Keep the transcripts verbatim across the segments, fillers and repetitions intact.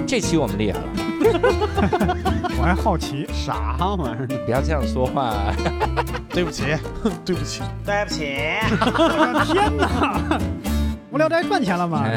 这期我们厉害了。 我还好奇啥玩意儿？ 不要这样说话。 对不起，对不起， 对不起。 我的天哪！无聊斋赚钱了吗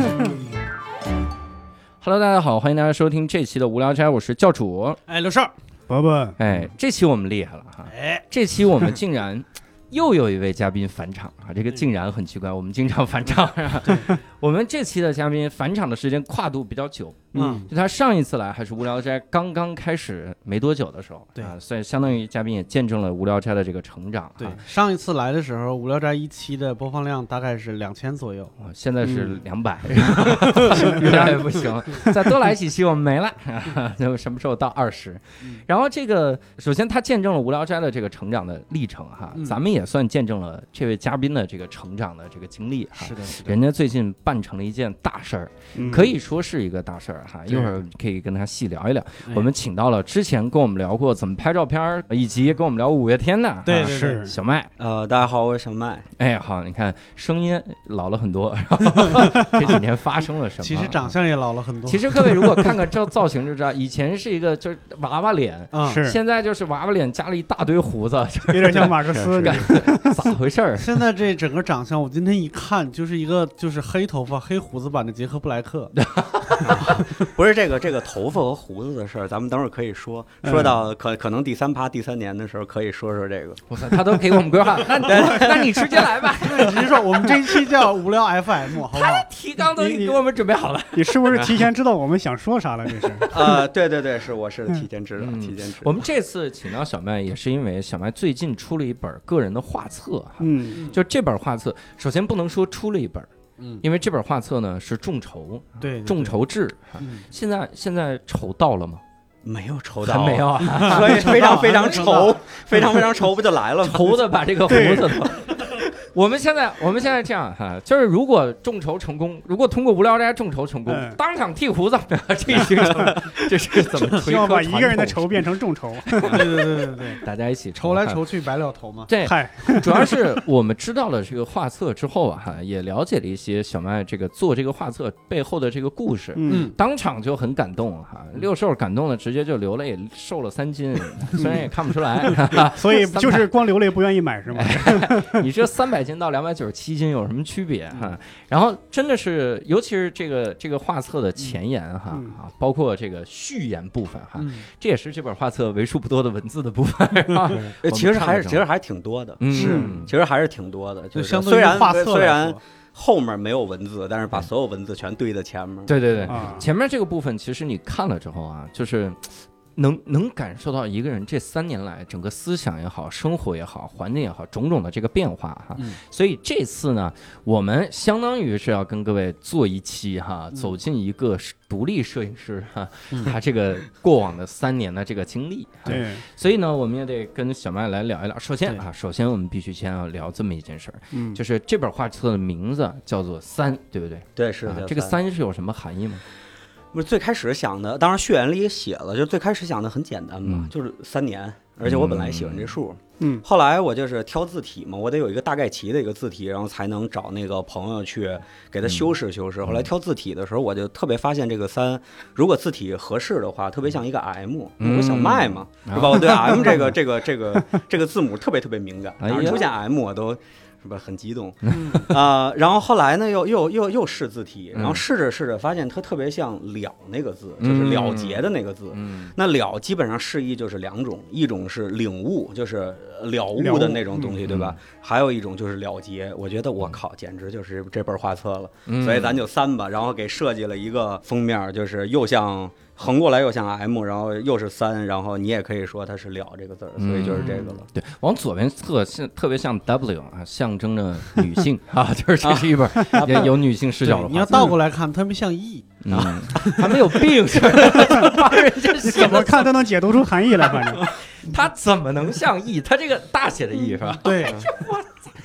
？Hello， 大家好，欢迎大家收听这期的无聊斋，我是教主。 哎，刘少， 伯伯， 哎，这期我们厉害了哈！ 哎， 这期我们竟然又有一位嘉宾返场啊！这个竟然很奇怪，我们经常返场啊。我们这期的嘉宾返场的时间跨度比较久，嗯，就他上一次来还是无聊斋刚刚开始没多久的时候，对啊，所以相当于嘉宾也见证了无聊斋的这个成长。 对，上一次来的时候，无聊斋一期的播放量大概是两千左右， 啊，现在是两百，越来越不行，再多来几期我们没了，就什么时候到二十？然后这个首先他见证了无聊斋的这个成长的历程哈，咱们也算见证了这位嘉宾的这个成长的这个经历哈。 是的，是的， 人家最近办成了一件大事儿，可以说是一个大事儿哈。一会儿可以跟他细聊一聊。我们请到了之前跟我们聊过怎么拍照片，以及跟我们聊五月天的， 对对对， 小麦。 呃，大家好，我是小麦。 哎，好，你看声音老了很多，这几年发生了什么？ 其实长相也老了很多。 其实各位如果看看这造型就知道，以前是一个就是娃娃脸， 是现在就是娃娃脸加了一大堆胡子， 有点像马克思， 咋回事儿？ 现在这整个长相，我今天一看就是一个就是黑头发黑胡子版的杰克布莱克。 不是这个这个头发和胡子的事儿，咱们等会儿可以说说到可可能第三趴第三年的时候可以说说这个。 我操，他都给我们规划，那那你直接来吧。 你直接说，我们这一期叫无聊 F M， 好不好？ 他提纲都给我们准备好了。 你是不是提前知道我们想说啥了？这是呃，对对对，是我是提前知道，嗯、提前知道。 我们这次请到小麦，也是因为小麦最近出了一本个人的画册，嗯，就这本画册，首先不能说出了一本。嗯，因为这本画册呢是众筹， 对， 众筹制。嗯，现在现在筹到了吗？ 没有筹到， 还没有啊， 所以非常非常愁，非常非常愁，不就来了吗？ 愁的把这个胡子都。我们现在我们现在这样哈，就是如果众筹成功，如果通过无聊斋众筹成功，嗯、当场剃胡子，这行程这是怎么？ 需要把一个人的筹变成众筹。 对对对对对， 大家一起筹来筹去白了头嘛。 对，主要是我们知道了这个画册之后啊，哈，也了解了一些小麦这个做这个画册背后的这个故事，嗯，当场就很感动哈。六兽感动了，直接就流泪，瘦了三斤，虽然也看不出来， 所以就是光流泪不愿意买是吗？ 你这三百斤到两百九十七斤有什么区别哈？然后真的是，尤其是这个这个画册的前言哈啊，包括这个序言部分哈，这也是这本画册为数不多的文字的部分啊。 其实还是其实还挺多的， 是， 其实还是挺多的， 就相虽然画册虽然后面没有文字，但是把所有文字全堆在前面。 对对对，前面这个部分其实你看了之后啊，就是能能感受到一个人这三年来整个思想也好，生活也好，环境也好，种种的这个变化哈。嗯、所以这次呢，我们相当于是要跟各位做一期哈，嗯、走进一个独立摄影师哈，嗯、他这个过往的三年的这个经历。 对， 所以呢，我们也得跟小麦来聊一聊。首先啊，首先我们必须先要聊这么一件事儿，嗯、就是这本画册的名字叫做《三》，对不对？ 对，是的、 啊。这个“三”是有什么含义吗？ 不是最开始想的，当然序言里也写了，就最开始想的很简单嘛，嗯、就是三年，而且我本来喜欢这数，嗯，后来我就是挑字体嘛，我得有一个大概齐的一个字体，然后才能找那个朋友去给他修饰修饰。嗯、后来挑字体的时候，我就特别发现这个三，如果字体合适的话，特别像一个 M， 因为我小麦嘛，嗯、是吧？我对 M 这个这个这个这个字母特别特别敏感，然后出现 M 我都。是吧？很激动，啊、呃，然后后来呢，又又又又试字体，然后试着试着发现它特别像了那个字，就是了结的那个字。嗯、那了基本上释义就是两种，一种是领悟，就是了悟的那种东西，对吧？嗯、还有一种就是了结。我觉得我靠，简直就是这本画册了，嗯、所以咱就三吧，然后给设计了一个封面，就是又像。横过来又像 M， 然后又是三，然后你也可以说它是了这个字儿，所以就是这个了。 嗯、对，往左边侧像特别像 W 啊，象征着女性啊，就是这是一本也有女性视角的画。 你要倒过来看，特别像 E 啊，他没有病是吧？ 怎么看都能解读出含义来，反正他怎么能像 E？ 他这个大写的 E 是吧？ 对。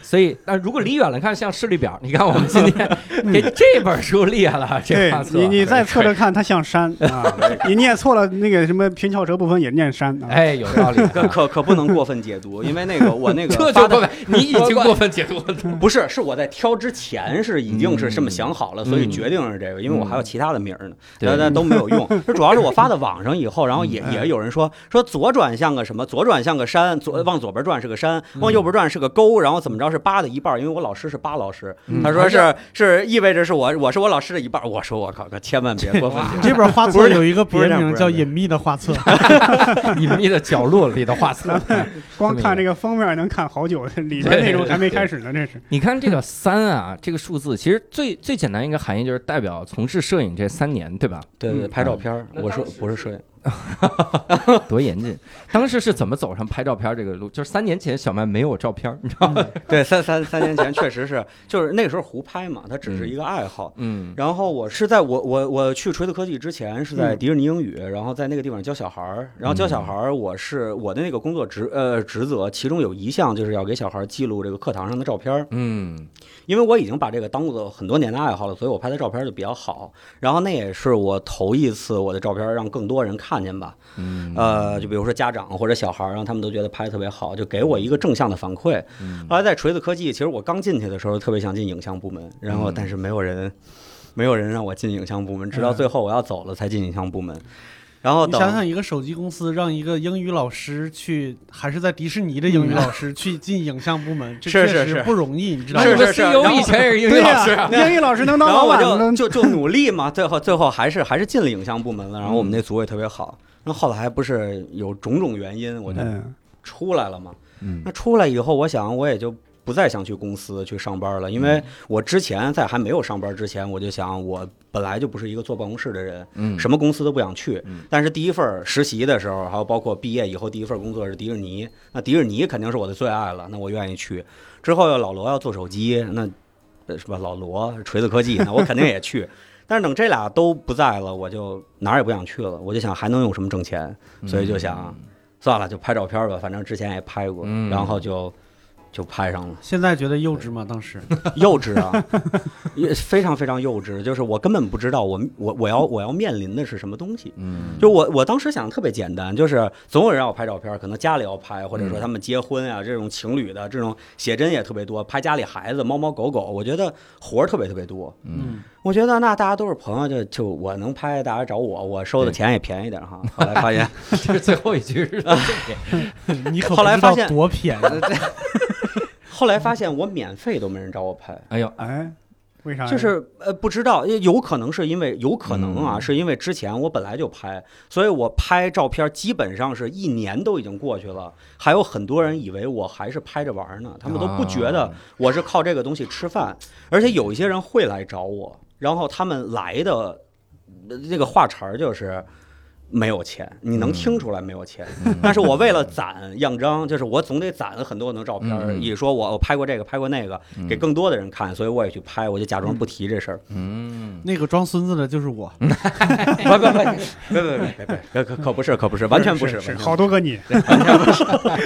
所以，那如果离远了看像视力表，你看我们今天给这本书列了，这画册。 你你再侧着看，它像山啊。你念错了那个什么平翘舌部分也念山。 哎，有道理， 可可可不能过分解读，因为那个我那个这就过分，你已经过分解读了。 不是，是我在挑之前是已经是这么想好了，所以决定是这个，因为我还有其他的名呢，但但都没有用。主要是我发到网上以后，然后也也有人说说左转像个什么，左转像个山，左往左边转是个山，往右边转是个沟，然后怎么着是八的一半，因为我老师是八老师，他说是是意味着是我我是我老师的一半，我说我靠，可千万别过分。 这本画册有一个别名叫隐秘的画册， 隐秘的角落里的画册， 光看这个封面能看好久，里面内容还没开始呢，这是。 你看这个三啊，这个数字其实最最简单一个含义就是代表从事摄影这三年，对吧？ 对对，拍照片，我说不是摄影。 多严谨！当时是怎么走上拍照片这个路？就是三年前小麦没有照片，你知道吗？ 对，三三三年前确实是，就是那个时候胡拍嘛，它只是一个爱好。嗯。然后我是在我我我去锤子科技之前是在迪士尼英语，然后在那个地方教小孩儿，然后教小孩儿，我是我的那个工作职呃职责，其中有一项就是要给小孩记录这个课堂上的照片。嗯。因为我已经把这个当做很多年的爱好了，所以我拍的照片就比较好。然后那也是我头一次我的照片让更多人看。看见吧，嗯，呃，就比如说家长或者小孩，让他们都觉得拍得特别好，就给我一个正向的反馈。后来在锤子科技，其实我刚进去的时候特别想进影像部门，然后但是没有人，没有人让我进影像部门，直到最后我要走了才进影像部门。然后你想想，一个手机公司让一个英语老师去，还是在迪士尼的英语老师去进影像部门，这确实不容易，你知道吗？ 是是是， 以前也是英语老师， 英语老师能当老板， 就就就努力嘛，最后最后还是还是进了影像部门了。然后我们那组也特别好。那后来不是有种种原因，我就出来了嘛。嗯，那出来以后，我想我也就不再想去公司去上班了，因为我之前在还没有上班之前，我就想我本来就不是一个坐办公室的人，嗯，什么公司都不想去。嗯，但是第一份实习的时候，还有包括毕业以后第一份工作是迪士尼，那迪士尼肯定是我的最爱了，那我愿意去。之后老罗要做手机，那是吧？老罗锤子科技，那我肯定也去。但是等这俩都不在了，我就哪儿也不想去了。我就想还能用什么挣钱，所以就想算了，就拍照片吧。反正之前也拍过，然后就就拍上了。 现在觉得幼稚吗？当时幼稚啊，也非常非常幼稚。就是我根本不知道我我我要我要面临的是什么东西。嗯，就我我当时想的特别简单，就是总有人让我拍照片，可能家里要拍，或者说他们结婚啊，这种情侣的这种写真也特别多，拍家里孩子、猫猫狗狗，我觉得活儿特别特别多。嗯。我觉得那大家都是朋友，就就我能拍，大家找我，我收的钱也便宜点哈。后来发现这是最后一句是你可后来发现多便宜。 后来发现我免费都没人找我拍。 哎呦哎，为啥？ 就是呃不知道，有可能是因为有可能啊，嗯、是因为之前我本来就拍，所以我拍照片基本上是一年都已经过去了，还有很多人以为我还是拍着玩呢，他们都不觉得我是靠这个东西吃饭，而且有一些人会来找我。然后他们来的这个话茬就是没有钱，你能听出来没有钱。嗯、但是我为了攒样张，就是我总得攒很多很多照片，嗯、也说我我拍过这个拍过那个，嗯、给更多的人看，所以我也去拍，我就假装不提这事儿。 嗯，那个装孙子的就是我。 不不不不不不不，可可不是可不是，完全不是， 是好多个你， 完全不是，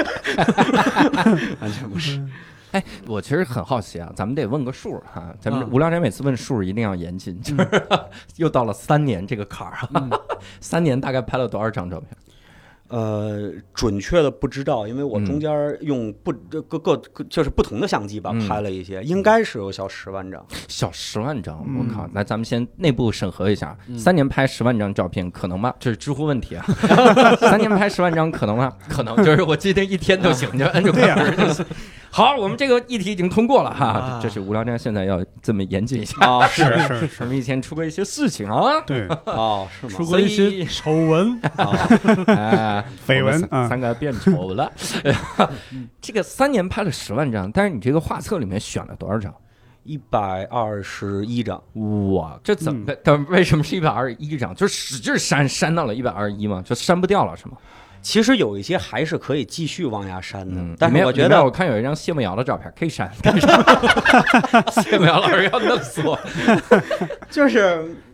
完全不是。 哎，我其实很好奇啊，咱们得问个数哈。咱们无聊斋每次问数一定要严谨，就是、嗯、又到了三年这个坎儿、嗯、三年大概拍了多少张照片？ 呃，准确的不知道，因为我中间用不各各就是不同的相机吧、嗯、拍了一些，应该是有小十万张。 小十万张，我靠！那咱们先内部审核一下，嗯、三年拍十万张照片可能吗？这是知乎问题啊。三年拍十万张可能吗？可能，就是我记得一天都行，就摁住快门就行。好，我们这个议题已经通过了哈，啊、这是无聊斋现在要这么严谨一下啊，是是是，我们以前出过一些事情啊， 对， 哦，是吗？ 出过一些丑闻啊，哎， 绯闻啊， 三个变丑了。这个三年拍了十万张，但是你这个画册里面选了多少张？ 一百二十一张。 哇，这怎么？但、嗯、为什么是一百二十一张？就使劲删，删到了一百二十一吗？就删不掉了是吗？ 其实有一些还是可以继续往下删的，嗯、但是我觉得我看有一张谢幕瑶的照片可以删，谢幕瑶老师要弄死我， 就是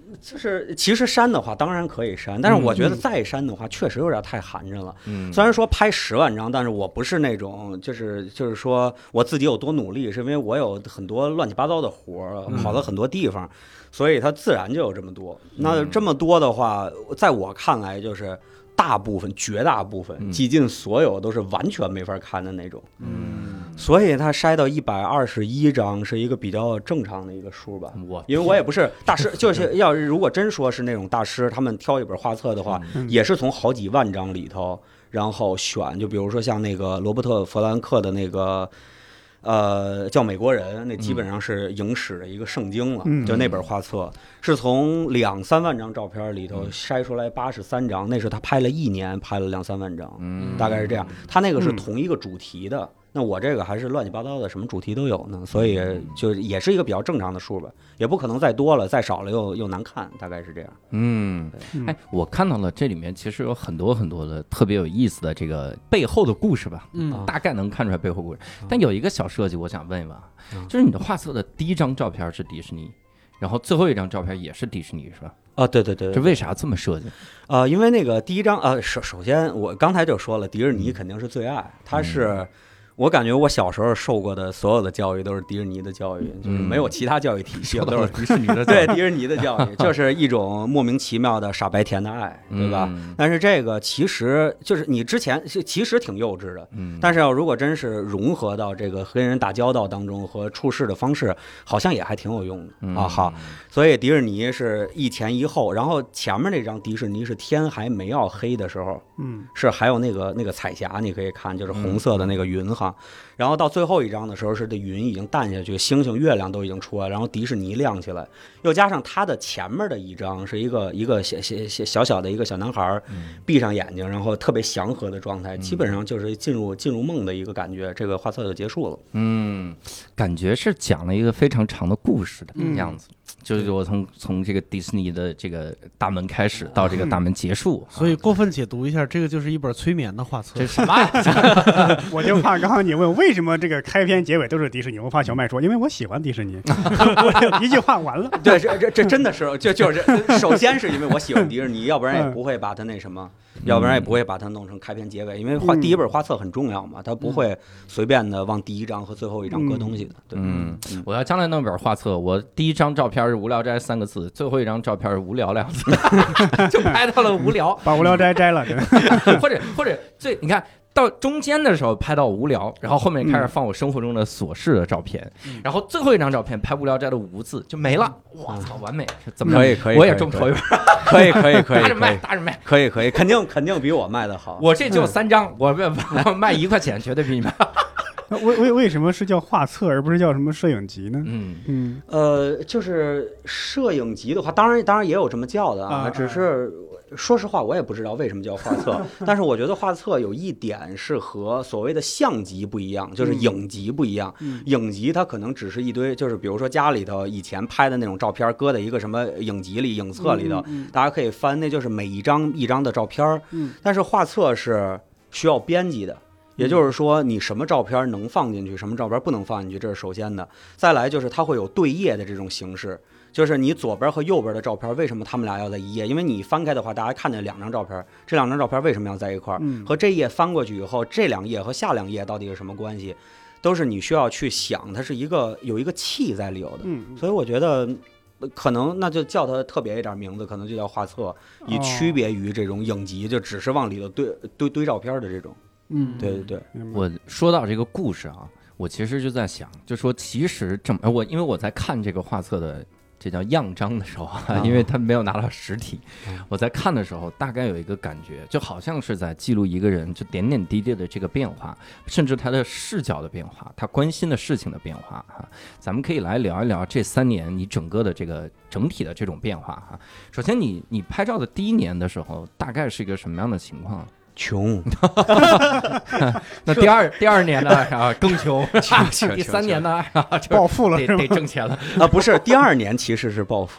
就是其实删的话当然可以删，但是我觉得再删的话确实有点太寒碜了。 嗯， 虽然说拍十万张，但是我不是那种就是就是说我自己有多努力，是因为我有很多乱七八糟的活儿，跑到很多地方，所以它自然就有这么多。那这么多的话，在我看来就是大部分、绝大部分、几近所有都是完全没法看的那种。 嗯， 所以它筛到一百二十一张是一个比较正常的一个数吧。 我因为我也不是大师，就是要如果真说是那种大师，他们挑一本画册的话， 嗯、 也是从好几万张里头，然后选。就比如说像那个罗伯特·弗兰克的那个。呃，叫美国人，那基本上是影史的一个圣经了。 嗯、 就那本画册是从两三万张照片里头筛出来八十三张，那是他拍了一年，拍了两三万张， 嗯， 大概是这样。他那个是同一个主题的。嗯，那我这个还是乱七八糟的，什么主题都有呢，所以就也是一个比较正常的数吧，也不可能再多了，再少了又又难看，大概是这样。 嗯，哎，我看到了这里面其实有很多很多的特别有意思的这个背后的故事吧，嗯，大概能看出来背后故事。但有一个小设计，我想问一问，就是你的画册的第一张照片是迪士尼，然后最后一张照片也是迪士尼，是吧？ 啊，对对 对, 对， 这为啥这么设计？ 呃，因为那个第一张，呃，首首先我刚才就说了，迪士尼肯定是最爱，它是。嗯，我感觉我小时候受过的所有的教育都是迪士尼的教育，就是没有其他教育体系， 都是迪士尼的。 对，迪士尼的教育就是一种莫名其妙的傻白甜的爱，对吧？嗯，但是这个其实就是你之前其实挺幼稚的，嗯，但是要如果真是融合到这个跟人打交道当中和处事的方式，好像也还挺有用的，嗯，啊。好，所以迪士尼是一前一后，然后前面那张迪士尼是天还没要黑的时候，嗯，是还有那个那个彩霞，你可以看，就是红色的那个云哈。然后到最后一张的时候，是这云已经淡下去，星星、月亮都已经出来，然后迪士尼亮起来，又加上它的前面的一张是一个一个小小小小的一个小男孩，闭上眼睛，然后特别祥和的状态，基本上就是进入进入梦的一个感觉。这个画册就结束了。 嗯，感觉是讲了一个非常长的故事的样子。嗯，就是我从从这个迪士尼的这个大门开始到这个大门结束， 所以过分解读一下，这个就是一本催眠的画册。 这什么呀？ 我就怕刚刚你问为什么这个开篇结尾都是迪士尼，我怕小麦说，因为我喜欢迪士尼。我一句话完了。 对，这这这真的是就就是首先是因为我喜欢迪士尼，要不然也不会把它那什么，嗯，要不然也不会把它弄成开篇结尾，因为画第一本画册很重要嘛，它不会随便的往第一张和最后一张搁东西的。对， 嗯，嗯，我要将来弄本画册，我第一张照片是无聊斋三个字，最后一张照片是无聊两个字，就拍到了无聊， 把无聊斋摘了， 或者或者最你看。到中间的时候拍到无聊，然后后面开始放我生活中的琐事的照片，嗯，然后最后一张照片拍无聊斋的无字就没了。哇操，完美！怎么可以可以？ 我也中头一本， 可以可以可以， 大着卖大着卖， 可以可以，肯定肯定比我卖的好。 我这就三张，我我卖一块钱，绝对比你卖。 为为为什么是叫画册而不是叫什么摄影集呢？ 嗯嗯， 呃，就是摄影集的话，当然当然也有这么叫的啊，只是。说实话，我也不知道为什么叫画册，但是我觉得画册有一点是和所谓的相集不一样，就是影集不一样。嗯，影集它可能只是一堆，就是比如说家里头以前拍的那种照片，搁在一个什么影集里、影册里头，嗯嗯、大家可以翻，那就是每一张一张的照片。嗯，但是画册是需要编辑的。也就是说，你什么照片能放进去，什么照片不能放进去，这是首先的。再来就是它会有对页的这种形式，就是你左边和右边的照片，为什么他们俩要在一页？因为你翻开的话，大家看见两张照片，这两张照片为什么要在一块儿？和这页翻过去以后，这两页和下两页到底是什么关系？都是你需要去想，它是一个有一个气在里头的。所以我觉得。可能那就叫它特别一点名字，可能就叫画册，以区别于这种影集，就只是往里头堆堆堆照片的这种。嗯，对对对。 我说到这个故事啊，我其实就在想，就说其实这么我因为我在看这个画册的这叫样章的时候啊，因为他没有拿到实体，我在看的时候大概有一个感觉，就好像是在记录一个人就点点滴滴的这个变化，甚至他的视角的变化，他关心的事情的变化哈。咱们可以来聊一聊这三年你整个的这个整体的这种变化哈。首先你你拍照的第一年的时候，大概是一个什么样的情况？ 穷。 那第二第二年呢啊更穷，第三年呢啊暴富了， 得得挣钱了啊不是第二年其实是暴富。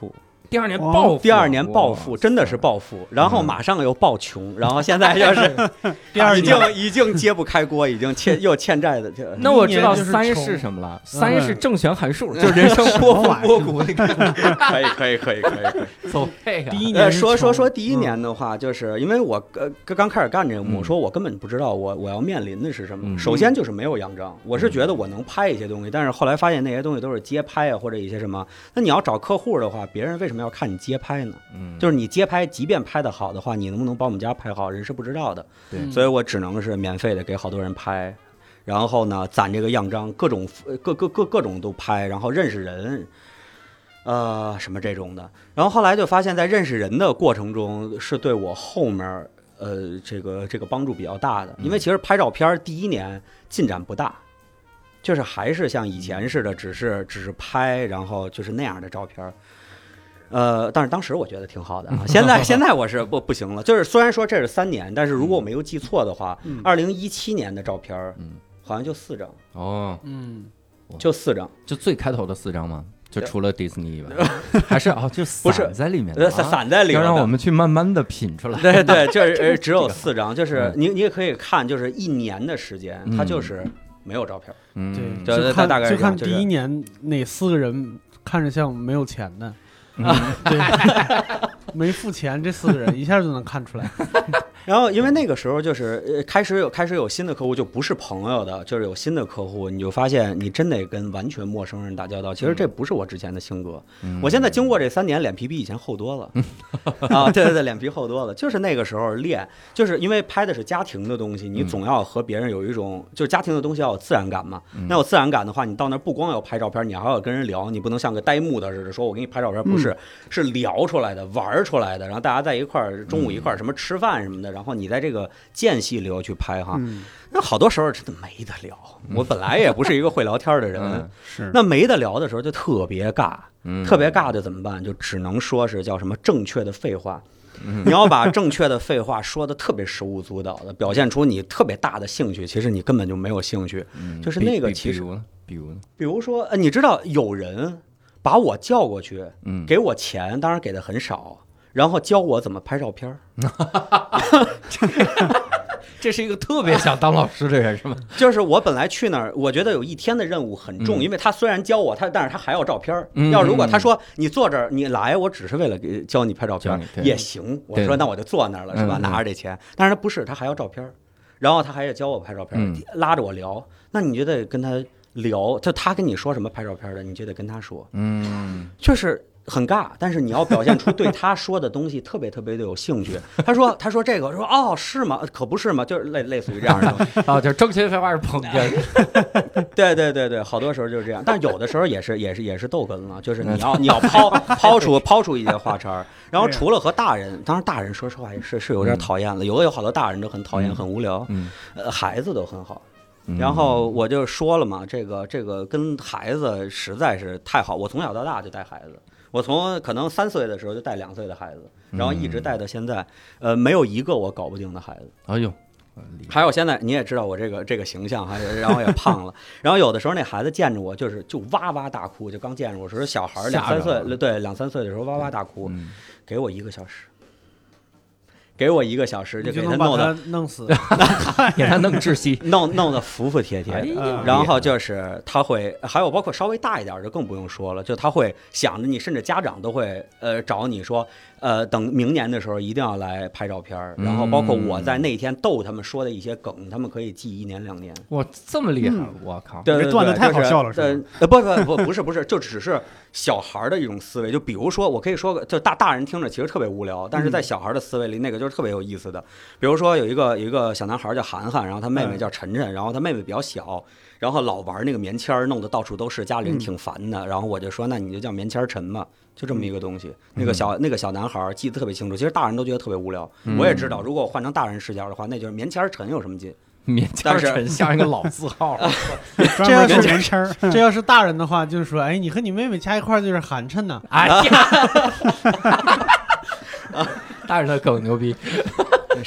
第二年暴富， 第二年暴富，真的是暴富，然后马上又暴穷，然后现在就是第二已经已经揭不开锅，已经欠又欠债的。 那我知道三是什么了，三是正弦函数，就是人生波峰波谷那个。 可以可以可以可以可以， 走配啊！ 第一年说说说第一年的话，就是因为我呃刚开始干这个，我说我根本不知道我我要面临的是什么。首先就是没有样张，我是觉得我能拍一些东西，但是后来发现那些东西都是街拍啊或者一些什么。那你要找客户的话，别人为什么要看你街拍呢？嗯，就是你街拍，即便拍得好的话，你能不能把我们家拍好，人是不知道的。对，所以我只能是免费的给好多人拍，然后呢攒这个样张，各种各各各各种都拍，然后认识人，呃什么这种的。然后后来就发现，在认识人的过程中，是对我后面呃这个这个帮助比较大的，因为其实拍照片第一年进展不大。就是还是像以前似的，只是只是拍，然后就是那样的照片，呃，但是当时我觉得挺好的啊。现在现在我是不不行了，就是虽然说这是三年，但是如果我没有记错的话，二零一七年的照片，嗯，好像就四张哦， 嗯， 就四张， 就最开头的四张吗？就除了迪士尼以外，还是哦，就散在里面的，散散在里面， 要让我们去慢慢的品出来。 对对，就是只有四张，就是你你也可以看，就是一年的时间，它就是没有照片。 嗯，对，就看大概就看第一年哪四个人看着像没有钱的啊，对，没付钱，这四个人一下就能看出来。 然后因为那个时候就是呃开始有开始有新的客户，就不是朋友的，就是有新的客户，你就发现你真得跟完全陌生人打交道。其实这不是我之前的性格，嗯、我现在经过这三年，脸皮比以前厚多了。啊，对对对，脸皮厚多了，就是那个时候练，就是因为拍的是家庭的东西，你总要和别人有一种，就是家庭的东西要有自然感嘛。嗯、那有自然感的话，你到那不光要拍照片，你还要跟人聊，你不能像个呆木的似的，说我给你拍照片，不是，嗯、是聊出来的，玩出来的，然后大家在一块儿中午一块儿什么吃饭什么的。然后你在这个间隙里头去拍哈，嗯、那好多时候真的没得聊。我本来也不是一个会聊天的人，嗯、是那没得聊的时候就特别尬，嗯、特别尬的怎么办？就只能说是叫什么正确的废话。嗯、你要把正确的废话说的特别手舞足蹈的，表现出你特别大的兴趣，其实你根本就没有兴趣。嗯、就是那个其实， 比如呢， 比如说，呃，你知道有人把我叫过去，嗯、给我钱，当然给的很少。然后教我怎么拍照片这是一个特别想当老师的人是吗？ 就是我本来去那儿，我觉得有一天的任务很重，嗯、因为他虽然教我，他但是他还要照片。嗯、要如果他说你坐这儿，你来，我只是为了给教你拍照片也行。我说那我就坐那儿了，是吧？拿着这钱，但是他不是，他还要照片，然后他还要教我拍照片，嗯、拉着我聊。那你就得跟他聊，就他跟你说什么拍照片的，你就得跟他说。嗯，就是。很尬，但是你要表现出对他说的东西特别特别的有兴趣。他说：“他说这个，说哦是吗？可不是吗？就是类类似于这样的东西啊，就正确废话是捧哏。 对对对对，好多时候就是这样，但是有的时候也是也是也是逗哏了，就是你要你要抛抛出抛出一些话茬，然后除了和大人，当然大人说实话也是是有点讨厌了，有的有好多大人都很讨厌，很无聊，呃，孩子都很好。”然后我就说了嘛，这个这个跟孩子实在是太好，我从小到大就带孩子。我从可能三岁的时候就带两岁的孩子，然后一直带到现在，呃，没有一个我搞不定的孩子。 哎呦， 还有现在你也知道我这个这个形象，还然后也胖了，然后有的时候那孩子见着我就是就哇哇大哭，就刚见着我说小孩两三岁，对两三岁的时候哇哇大哭，嗯、给我一个小时。给我一个小时就给他弄的弄死， 给他弄窒息， 弄弄得服服帖帖。哎、然后就是他会，还有包括稍微大一点就更不用说了，就他会想着你，甚至家长都会呃找你说，呃等明年的时候一定要来拍照片。然后包括我在那天逗他们说的一些梗，他们可以记一年两年。 哇，这么厉害！嗯、我靠， 对对对， 段子太好笑了， 是吧？呃不不不不是不是，就只是小孩的一种思维。就比如说，我可以说个，就大大人听着其实特别无聊，但是在小孩的思维里，那个就是特别有意思的。比如说有一个有一个小男孩叫涵涵，然后他妹妹叫晨晨，然后他妹妹比较小，然后老玩那个棉签弄得到处都是，家里人挺烦的。然后我就说，那你就叫棉签陈吧，就这么一个东西。那个小那个小男孩记得特别清楚，其实大人都觉得特别无聊。我也知道，如果我换成大人视角的话，那就是棉签陈有什么劲？ 棉签陈像一个老字号， 这要是棉签这要是大人的话，就是说，哎，你和你妹妹加一块就是寒碜呢。哎呀， 大人的梗牛逼。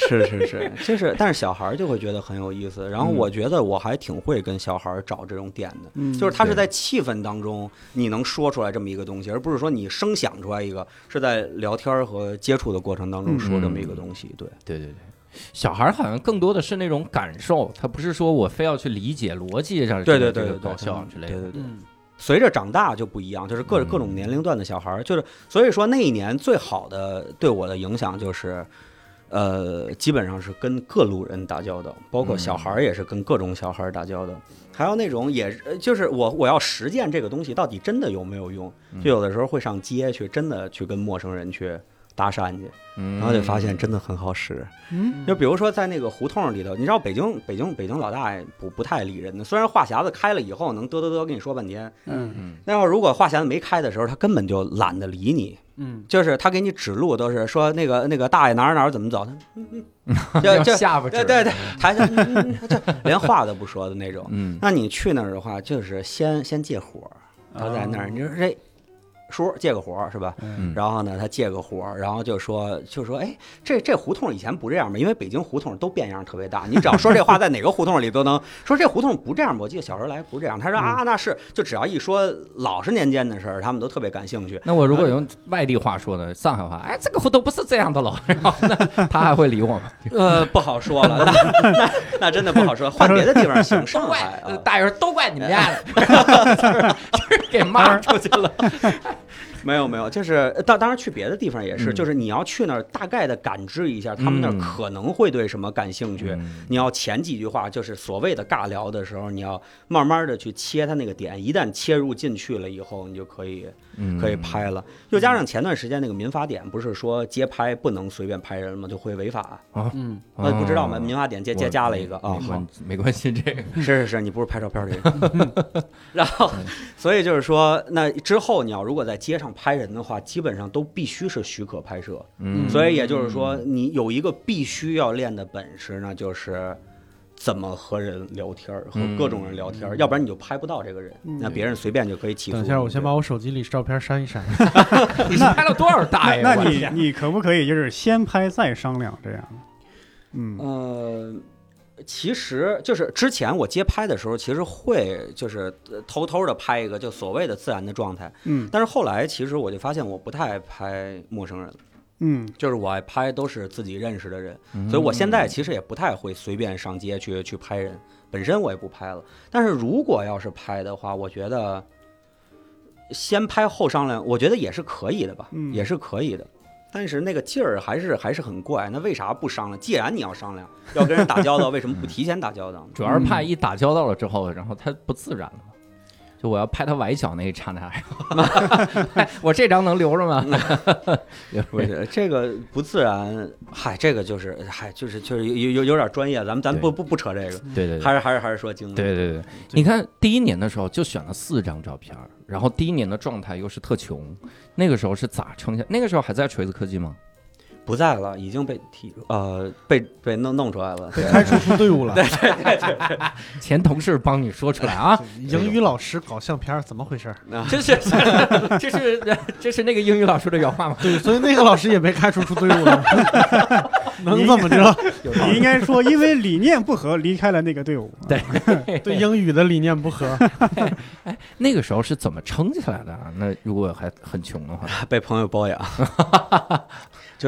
是是是，就是，但是小孩就会觉得很有意思。然后我觉得我还挺会跟小孩找这种点的，嗯、就是他是在气氛当中你能说出来这么一个东西，而不是说你生想出来一个，是在聊天和接触的过程当中说这么一个东西。对对对对。小孩好像更多的是那种感受，他不是说我非要去理解逻辑上对对对搞笑之类的。 对对对。随着长大就不一样，就是各各种年龄段的小孩，就是所以说那一年最好的对我的影响就是，呃，基本上是跟各路人打交道，包括小孩也是跟各种小孩打交道，还有那种也就是我我要实践这个东西到底真的有没有用，就有的时候会上街去真的去跟陌生人去搭讪去，然后就发现真的很好使。嗯，就比如说在那个胡同里头，你知道北京北京北京老大爷不不太理人的，虽然话匣子开了以后能嘚嘚嘚跟你说半天，嗯嗯，那会儿如果话匣子没开的时候，他根本就懒得理你。嗯，就是他给你指路都是说那个那个大爷哪儿哪儿怎么走，嗯嗯，就就下巴指， 对对对，抬着，嗯，就连话都不说的那种。嗯，那你去那儿的话，就是先先借火，他在那儿，你说这。叔借个活是吧？嗯，然后呢，他借个活，然后就说就说，哎，这这胡同以前不这样吗？因为北京胡同都变样特别大，你只要说这话，在哪个胡同里都能说这胡同不这样。我记得小时候来不这样，他说啊，那是就只要一说老是年间的事儿，他们都特别感兴趣。 那我如果用外地话说的上海话，哎，这个胡同不是这样的了，然后那他还会理我吗？ 呃，不好说了，那那那真的不好说，换别的地方行。上海啊， 大人都怪你们家的，就是就是给骂出去了。 没有没有，就是当当然去别的地方也是，嗯、就是你要去那儿大概的感知一下他们那儿可能会对什么感兴趣。嗯、你要前几句话就是所谓的尬聊的时候，你要慢慢的去切他那个点，一旦切入进去了以后，你就可以可以拍了。又加上前段时间那个民法典不是说街拍不能随便拍人吗？就会违法啊。嗯，呃，不知道吗？民法典接接加了一个啊， 好，没关系，这个是是是，你不是拍照片这个。然后，所以就是说，那之后你要如果在街上拍人的话，基本上都必须是许可拍摄。嗯，所以也就是说，你有一个必须要练的本事，那就是怎么和人聊天，和各种人聊天，嗯、要不然你就拍不到这个人，嗯、那别人随便就可以起诉。 等一下，我先把我手机里照片删一删。 你是拍了多少大爷？ 那你你可不可以就是先拍再商量这样？ 嗯呃。其实就是之前我街拍的时候，其实会就是偷偷的拍一个就所谓的自然的状态，嗯，但是后来其实我就发现我不太爱拍陌生人，嗯，就是我爱拍都是自己认识的人，嗯、所以我现在其实也不太会随便上街去去拍人，本身我也不拍了。但是如果要是拍的话，我觉得先拍后商量，我觉得也是可以的吧，嗯、也是可以的。但是那个劲儿还是还是很怪，那为啥不商量？既然你要商量，要跟人打交道，为什么不提前打交道呢？ 主要是怕一打交道了之后，然后他不自然了嘛。就我要拍他崴脚那一刹那，我这张能留着吗？ 不是这个不自然，嗨，这个就是嗨，就是就是有有有点专业，咱们咱不不不扯这个， 对对， 还是还是还是说经历。 对对对，你看第一年的时候就选了四张照片，然后第一年的状态又是特穷，那个时候是咋撑下？那个时候还在锤子科技吗？ 不在了，已经被踢呃被被弄弄出来了， 被开除出队伍了。 对对对对对， 前同事帮你说出来啊。 英语老师搞相片怎么回事？ 这是这是这是那个英语老师的原话吗？ 对，所以那个老师也被开除出队伍了。能怎么着？ 你应该说因为理念不合离开了那个队伍。 对对，英语的理念不合。 哎，那个时候是怎么撑起来的？那如果还很穷的话， 被朋友包养。就是，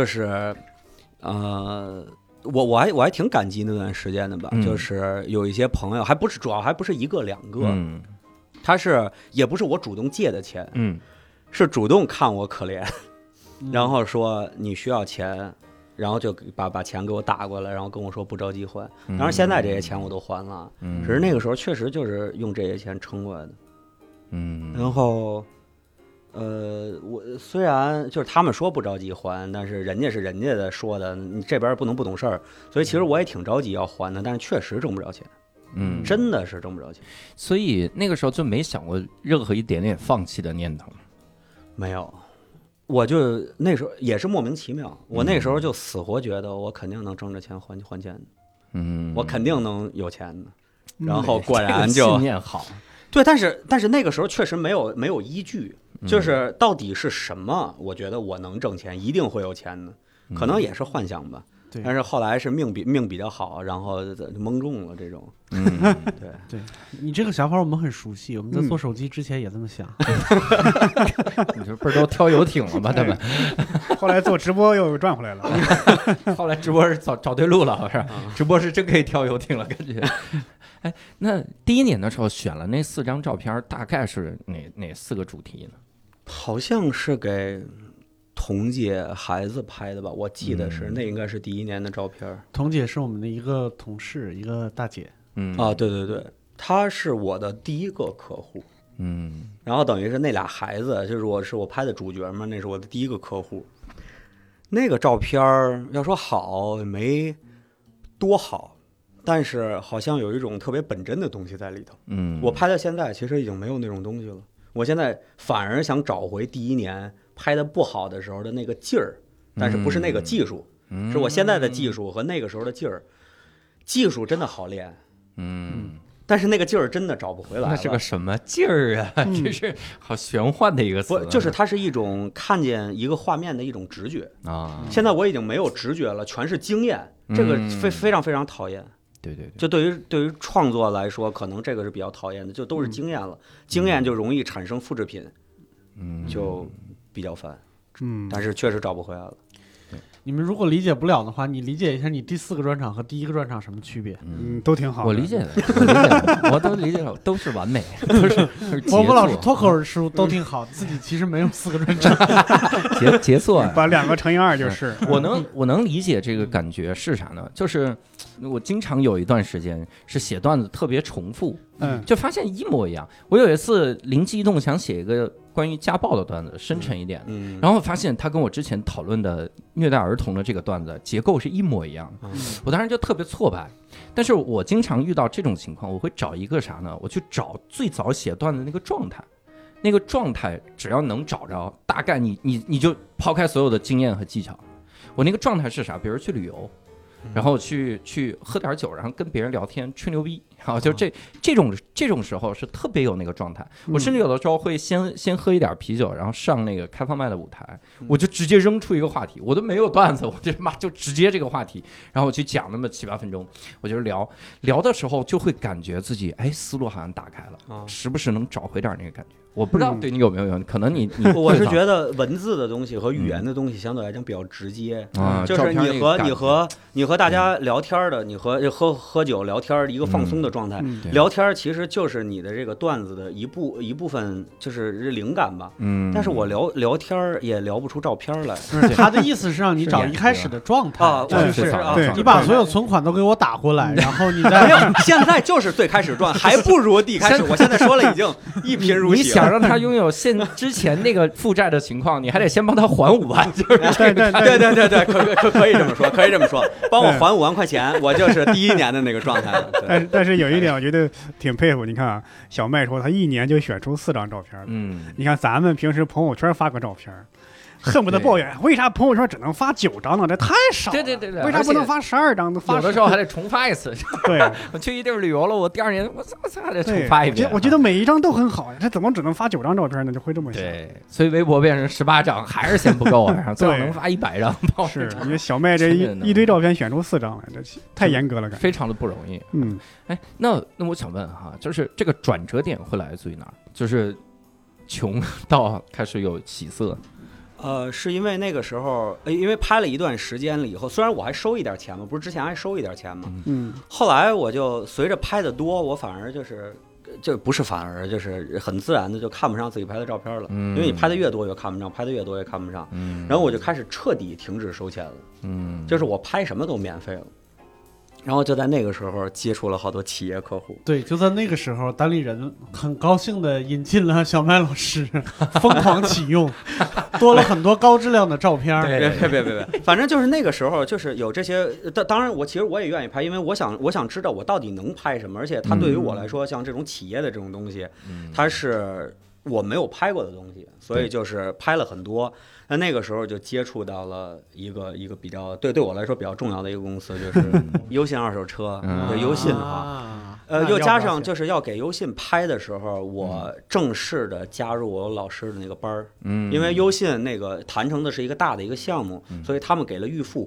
呃，我我还我还挺感激那段时间的吧。嗯、就是有一些朋友，还不是主要还不是一个两个，嗯、他是也不是我主动借的钱，嗯、是主动看我可怜，嗯、然后说你需要钱，然后就把把钱给我打过来，然后跟我说不着急还。当然现在这些钱我都还了，嗯、只是那个时候确实就是用这些钱撑过来的，嗯，然后。呃，我虽然就是他们说不着急还，但是人家是人家的说的，你这边不能不懂事儿，所以其实我也挺着急要还的，但是确实挣不着钱，嗯，真的是挣不着钱， 所以那个时候就没想过任何一点点放弃的念头， 没有，我就那时候也是莫名其妙，我那时候就死活觉得我肯定能挣着钱还还钱的，嗯，我肯定能有钱的，然后果然就、 嗯、信念好。 对，但是但是那个时候确实没有没有依据，就是到底是什么？我觉得我能挣钱，一定会有钱的，可能也是幻想吧。 对， 但是后来是命比命比较好，然后蒙中了这种。 嗯， 对对，你这个想法我们很熟悉，我们在做手机之前也这么想。 你说不是都挑游艇了吗？对吧？ 后来做直播又赚回来了。 后来直播是找找对路了，是吧？直播是真可以挑游艇了，感觉。哎，那第一年的时候选了那四张照片，大概是哪哪四个主题呢？ 好像是给彤姐孩子拍的吧，我记得是、嗯、那应该是第一年的照片。 彤姐是我们的一个同事，一个大姐。 嗯啊，对对对，她是我的第一个客户。 嗯， 然后等于是那俩孩子，就是我是我拍的主角嘛，那是我的第一个客户。那个照片要说好没多好，但是好像有一种特别本真的东西在里头。 嗯， 我拍到现在其实已经没有那种东西了，我现在反而想找回第一年拍的不好的时候的那个劲儿，但是不是那个技术， 嗯、 是我现在的技术和那个时候的劲儿。技术真的好练， 嗯， 但是那个劲儿真的找不回来了。 那是个什么劲儿啊？嗯、这是好玄幻的一个词、啊。 不，就是它是一种看见一个画面的一种直觉啊。 现在我已经没有直觉了，全是经验，这个非非常非常讨厌。 对对对， 就对于对于创作来说，可能这个是比较讨厌的，就都是经验了，嗯、经验就容易产生复制品， 嗯， 就比较烦， 嗯， 但是确实找不回来了。 你们如果理解不了的话，你理解一下你第四个专场和第一个专场什么区别？ 嗯，都挺好。 我理解的，我理解的，我都理解了，都是完美，都是。 伯伯老师脱口而出都挺好，自己其实没有四个专场， 结结束啊， 把两个乘以二就是。 我能我能理解这个感觉是啥呢？就是我经常有一段时间是写段子特别重复， 嗯， 就发现一模一样。我有一次灵机一动想写一个关于家暴的段子，深沉一点， 嗯， 然后发现他跟我之前讨论的虐待儿童的这个段子结构是一模一样的， 嗯、 我当时就特别挫败。但是我经常遇到这种情况，我会找一个啥呢？我去找最早写段子那个状态，那个状态只要能找着，大概你你你就抛开所有的经验和技巧，我那个状态是啥？比如去旅游。然后去去喝点酒，然后跟别人聊天吹牛逼，然后就这这种这种时候是特别有那个状态。我甚至有的时候会先先喝一点啤酒，然后上那个开放麦的舞台，我就直接扔出一个话题，我都没有段子，我就妈就直接这个话题，然后我去讲那么七八分钟，我就聊聊的时候就会感觉自己哎思路好像打开了，时不时能找回点那个感觉。我不知道对你有没有用，可能你你我是觉得文字的东西和语言的东西相对来讲比较直接， 嗯、 就是你和你和你和大家聊天的，你和喝喝酒聊天一个放松的状态， 嗯、 聊天其实就是你的这个段子的一部一部分，就是灵感吧。 嗯， 但是我聊聊天也聊不出照片来。 他的意思是让你找一开始的状态啊， 对是啊， 你把所有存款都给我打过来，然后你再没有，现在就是最开始状，还不如第一开始。我现在说了已经一贫如洗。 你想让他拥有现之前那个负债的情况，你还得先帮他还五万，就是对对对对对对，可可可以这么说，可以这么说，帮我还五万块钱，我就是第一年的那个状态了。 但是但是有一点我觉得挺佩服，你看啊，小麦说他一年就选出四张照片， 嗯， 你看咱们平时朋友圈发个照片，恨不得抱怨为啥朋友圈只能发九张呢？这太少了。 对对对对， 为啥不能发十二张呢？ 有的时候还得重发一次。 对， 我去一地儿旅游了，我第二年我操操还得重发一遍。 我觉得每一张都很好呀，这怎么只能发九张照片呢？就会这么想。 对，所以微博变成十八张还是嫌不够啊，最好能发一百张。 是因为小麦这一一堆照片选出四张来，这太严格了，感觉非常的不容易。 嗯， 哎，那那我想问哈，就是这个转折点会来自于哪儿？就是穷到开始有起色。 呃，是因为那个时候，呃，因为拍了一段时间了以后，虽然我还收一点钱嘛，不是之前还收一点钱嘛， 嗯， 后来我就随着拍的多，我反而就是就不是反而就是很自然的就看不上自己拍的照片了， 嗯， 因为你拍的越多越看不上，拍的越多越看不上， 嗯， 然后我就开始彻底停止收钱了， 嗯， 就是我拍什么都免费了。然后就在那个时候接触了好多企业客户。 对，就在那个时候，单立人很高兴的引进了小麦老师，疯狂启用，多了很多高质量的照片。 对，别别别别，反正就是那个时候，就是有这些。当当然，我其实我也愿意拍，因为我想我想知道我到底能拍什么，而且它对于我来说，像这种企业的这种东西， 嗯、 它是我没有拍过的东西，所以就是拍了很多。那那个时候就接触到了一个一个比较对对我来说比较重要的一个公司，就是优信二手车。 嗯、 对优信的话，呃，又加上就是要给优信拍的时候，我正式的加入我老师的那个班儿。嗯，因为优信那个谈成的是一个大的一个项目，所以他们给了预付款。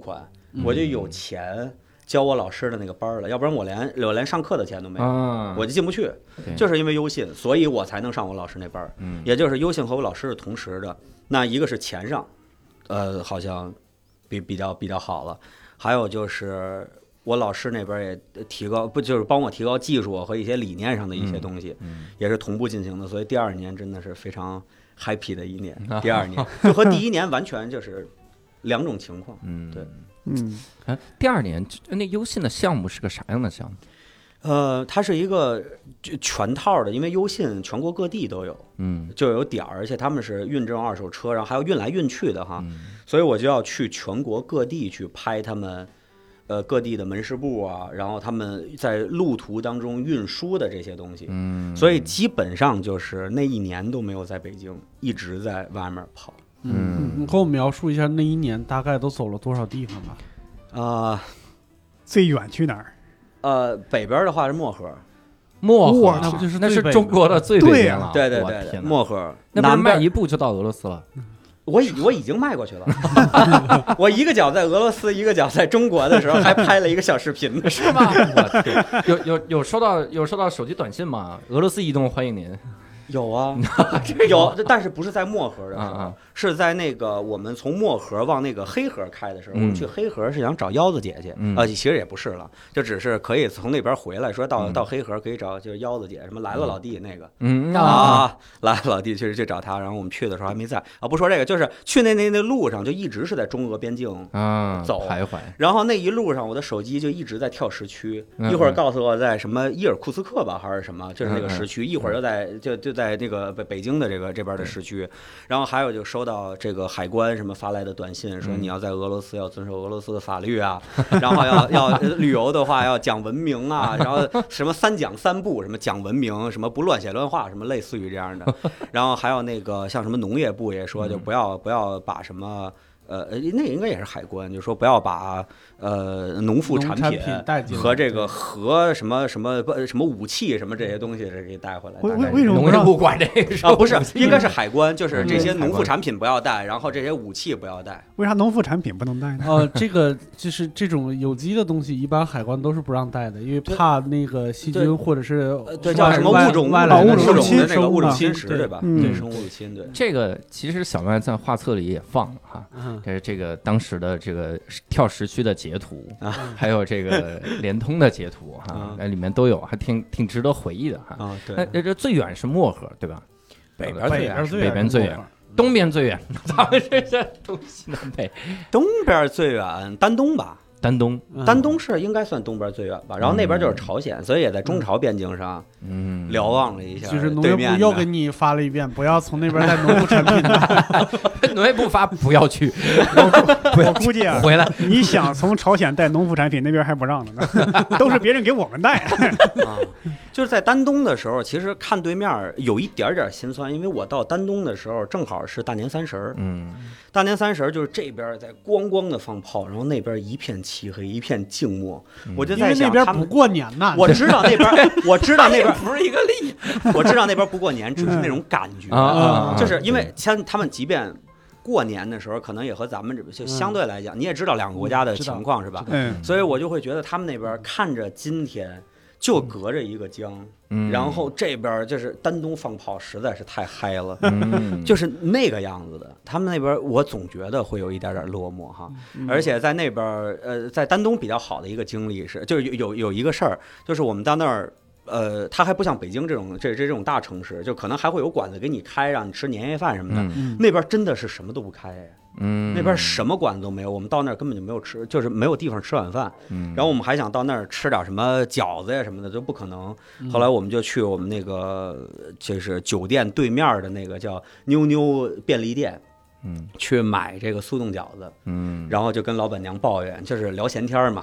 我就有钱教我老师的那个班了，要不然我连我连上课的钱都没有，啊、我就进不去。就是因为优信，所以我才能上我老师那班。嗯，也就是优信和我老师是同时的。那一个是钱上，呃，好像比比较比较好了，还有就是我老师那边也提高，不就是帮我提高技术和一些理念上的一些东西，嗯嗯、也是同步进行的。所以第二年真的是非常 happy 的一年。第二年就和第一年完全就是两种情况。嗯，对。 嗯，啊，第二年那优信的项目是个啥样的项目？ 呃，它是一个全套的，因为优信全国各地都有，嗯，就有点儿，而且他们是运这种二手车，然后还要运来运去的哈，嗯、所以我就要去全国各地去拍他们，呃，各地的门市部啊，然后他们在路途当中运输的这些东西，嗯，所以基本上就是那一年都没有在北京，一直在外面跑。 嗯，你给我描述一下那一年大概都走了多少地方吧？ 啊、呃， 最远去哪儿？ 呃，北边的话是漠河， 漠河那不就是那是中国的最北边了？ 对对对对，漠河那不是迈一步就到俄罗斯了？ 我已我已经迈过去了，我一个脚在俄罗斯，一个脚在中国的时候，还拍了一个小视频， 是吗？我天，有有有收到有收到手机短信吗？俄罗斯移动欢迎您。 有啊，有，但是不是在漠河的时候，啊、是在那个我们从漠河往那个黑河开的时候，嗯、我们去黑河是想找腰子姐姐，嗯、呃，其实也不是了，就只是可以从那边回来，说到、嗯、到黑河可以找就是腰子姐，什么来了老弟那个，嗯啊，来了老弟确实去找他，然后我们去的时候还没在啊，不说这个，就是去那那那路上就一直是在中俄边境啊走徘徊， 然后那一路上我的手机就一直在跳时区，嗯、一会儿告诉我在什么伊尔库斯克吧还是什么，就是那个时区，嗯、一会儿又在就就在。在那个北北京的这个这边的时区，然后还有就收到这个海关什么发来的短信，说你要在俄罗斯要遵守俄罗斯的法律啊，然后要要旅游的话要讲文明啊，然后什么三讲三不，什么讲文明，什么不乱写乱画，什么类似于这样的，然后还有那个像什么农业部也说就不要不要把什么。呃，那应该也是海关，就说不要把呃农副产品和这个核什么什么什么武器什么这些东西给带回来。 为为什么农业部管这个啊？不是，应该是海关，就是这些农副产品不要带，然后这些武器不要带。 为啥农副产品不能带呢？ 哦、呃，这个就是这种有机的东西，一般海关都是不让带的，因为怕那个细菌或者是对叫什么物种外来物种的那个物种侵蚀，对吧？对，生物入侵。对， 这个其实小麦在画册里也放了哈。这是这个当时的这个跳时区的截图，啊、还有这个联通的截图哈，那、啊、里面都有，还挺挺值得回忆的哈。 啊，对， 那这最远是漠河对吧？ 北边最远， 北边最远，东边最远，咱们这是东西南北， 东边最远丹东吧。 丹东， 丹东是应该算东边最远吧，然后那边就是朝鲜，嗯、所以也在中朝边境上，嗯，瞭望了一下。 就是农业部又给你发了一遍，不要从那边带农副产品的。 农业部发不要去， 我, 我估计啊， 回来你想从朝鲜带农副产品，那边还不让呢，都是别人给我们带。 啊，就是在丹东的时候，其实看对面有一点点心酸，因为我到丹东的时候正好是大年三十，嗯，大年三十就是这边在咣咣的放炮，然后那边一片漆黑，一片静默。嗯、我就在想， 那边不过年呐。 我知道那边，我知道那边不是一个例， 我知道那边不过年，只是那种感觉， 嗯、 就是因为像他们即便过年的时候，可能也和咱们这就相对来讲，嗯、你也知道两个国家的情况、嗯、是吧？ 嗯， 所以我就会觉得他们那边看着今天。就隔着一个江，嗯、然后这边就是丹东放炮，实在是太嗨了，嗯、就是那个样子的。他们那边我总觉得会有一点点落寞哈，嗯、而且在那边呃，在丹东比较好的一个经历是，就是有有有一个事儿，就是我们到那儿。呃，它还不像北京这种这这这种大城市，就可能还会有馆子给你开，让你吃年夜饭什么的。嗯、那边真的是什么都不开，嗯，那边什么馆子都没有。我们到那儿根本就没有吃，就是没有地方吃晚饭。嗯，然后我们还想到那儿吃点什么饺子呀什么的，都不可能。后来我们就去我们那个就是酒店对面的那个叫妞妞便利店。嗯，去买这个速冻饺子，嗯，然后就跟老板娘抱怨，就是聊闲天嘛。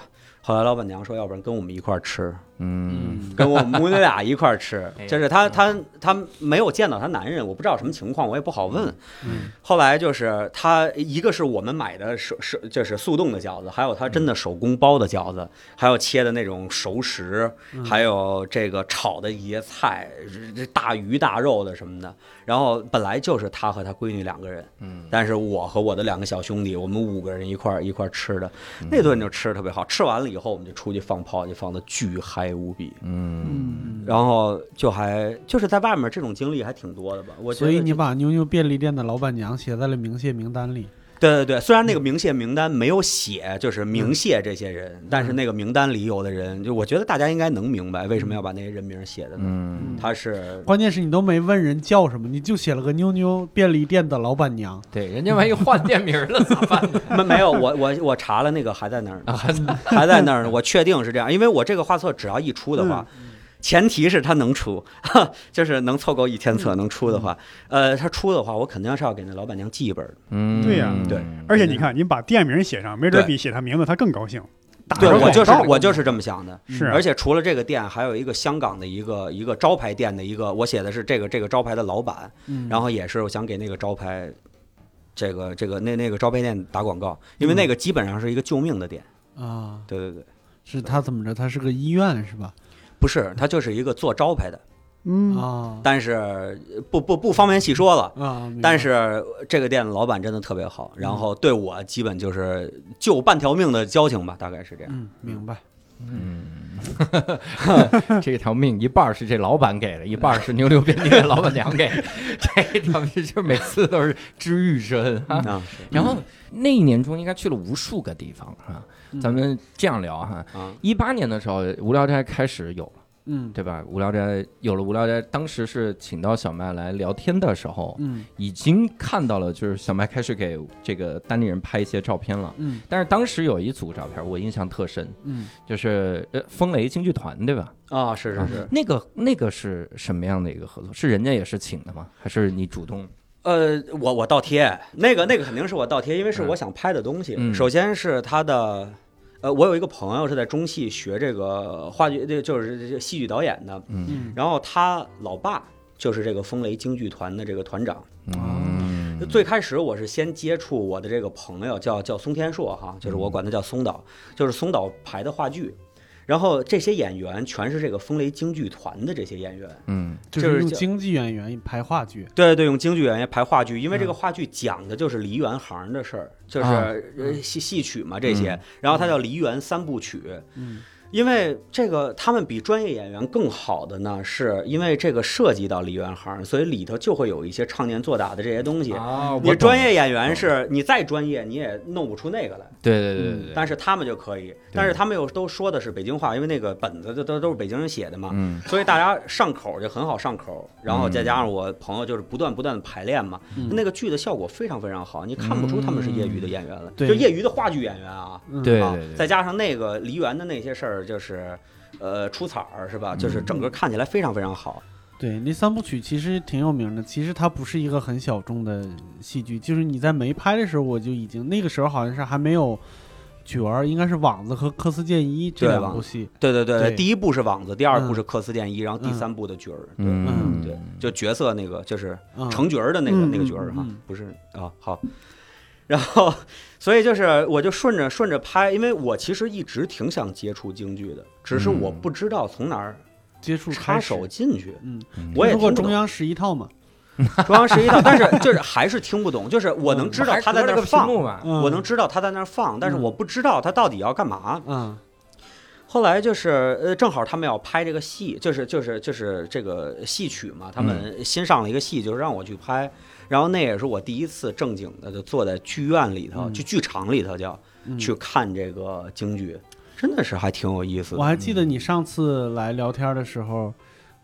后来老板娘说，要不然跟我们一块儿吃， 嗯， 跟我们母女俩一块儿吃。就是她她她没有见到她男人，我不知道什么情况，我也不好问。 嗯， 后来就是她一个是我们买的手手就是速冻的饺子，还有她真的手工包的饺子，还有切的那种熟食，还有这个炒的一些菜，这大鱼大肉的什么的。然后本来就是她和她闺女两个人，嗯，但是我和我的两个小兄弟，我们五个人一块儿一块儿吃的，那顿就吃的特别好。吃完了以后，我们就出去放炮，就放的巨嗨无比，嗯，然后就还就是在外面这种经历还挺多的吧。我觉得所以你把妞妞便利店的老板娘写在了鸣谢名单里。 对对对，虽然那个鸣谢名单没有写，就是鸣谢这些人，嗯、但是那个名单里有的人，就我觉得大家应该能明白为什么要把那些人名写的呢？嗯，他是关键是你都没问人叫什么，你就写了个妞妞便利店的老板娘。 对，人家万一换店名了咋办？ 没没有，我我我查了那个还在那儿呢，还在那儿呢，我确定是这样，因为我这个画册只要一出的话。嗯前提是他能出，就是能凑够一千册能出的话，嗯、呃，他出的话，我肯定是要给那老板娘寄一本。 嗯，对呀、啊， 对。 而且你看，你把店名写上，没准比写他名字他更高兴。 对，我就是我就是这么想的。 是、 啊，而且除了这个店，还有一个香港的一个一个招牌店的一个，我写的是这个这个招牌的老板，嗯、然后也是我想给那个招牌，这个这个那那个招牌店打广告，因为那个基本上是一个救命的店啊、嗯。 对对对， 是他怎么着？他是个医院是吧？ 不是，他就是一个做招牌的， 嗯啊， 但是不不不方便细说了啊。 但是这个店的老板真的特别好，然后对我基本就是救半条命的交情吧，大概是这样。 嗯，明白。 嗯，这条命一半是这老板给了，一半是妞妞便利店老板娘给，这条命就每次都是知遇之恩啊。嗯、然后那一年中应该去了无数个地方啊。咱们这样聊哈，一八年的时候，无聊斋开始有了，嗯，对吧？无聊斋有了无聊斋，当时是请到小麦来聊天的时候，嗯，已经看到了，就是小麦开始给这个单立人拍一些照片了，嗯，但是当时有一组照片我印象特深，嗯，就是呃风雷京剧团，对吧？ 啊、哦，是是是， 啊、那个那个是什么样的一个合作？是人家也是请的吗？还是你主动？ 呃，我我倒贴，那个那个肯定是我倒贴，因为是我想拍的东西。嗯、首先是他的，呃，我有一个朋友是在中戏学这个话剧，这就是戏剧导演的。嗯，然后他老爸就是这个风雷京剧团的这个团长。嗯，最开始我是先接触我的这个朋友叫叫松天硕哈，就是我管他叫松导，就是松导排的话剧。然后这些演员全是这个风雷京剧团的这些演员， 嗯，就是用京剧演员排话剧， 对对，用京剧演员排话剧，因为这个话剧讲的就是梨园行的事儿，就是戏戏曲嘛这些，然后它叫梨园三部曲，嗯。因为这个他们比专业演员更好的呢，是因为这个涉及到梨园行，所以里头就会有一些唱念做打的这些东西。 啊， 你专业演员是你再专业你也弄不出那个来。 对对对对、嗯。 但是他们就可以，但是他们又都说的是北京话，因为那个本子都都都是北京人写的嘛，嗯，所以大家上口就很好上口。然后再加上我朋友就是不断不断的排练嘛，嗯、那个剧的效果非常非常好，你看不出他们是业余的演员了，嗯、就业余的话剧演员啊。 对、 啊、再加上那个梨园的那些事儿。就是，呃，出彩儿是吧？就是整个看起来非常非常好。 对，那三部曲其实挺有名的。其实它不是一个很小众的戏剧，就是你在没拍的时候，我就已经那个时候好像是还没有角儿，应该是网子和柯斯剑一这两部戏。 对对 对, 对, 对，第一部是网子，第二部是柯斯剑一，嗯、然后第三部的角儿。 嗯、 对，嗯、对，就角色那个就是成角儿的那个、嗯、那个角儿哈，不是啊，好。然后，所以就是我就顺着顺着拍，因为我其实一直挺想接触京剧的，只是我不知道从哪儿接触插手进去。 嗯， 我也听过中央十一套嘛， 中央十一套，但是就是还是听不懂。就是我能知道他在那儿放， 嗯、 我能知道他在那儿放，但是我不知道他到底要干嘛。 嗯。 后来就是呃，正好他们要拍这个戏，就是就是就是这个戏曲嘛，他们新上了一个戏，就是让我去拍。然后那也是我第一次正经的就坐在剧院里头，去、嗯、剧场里头叫、嗯、去看这个京剧，真的是还挺有意思的。 我还记得你上次来聊天的时候，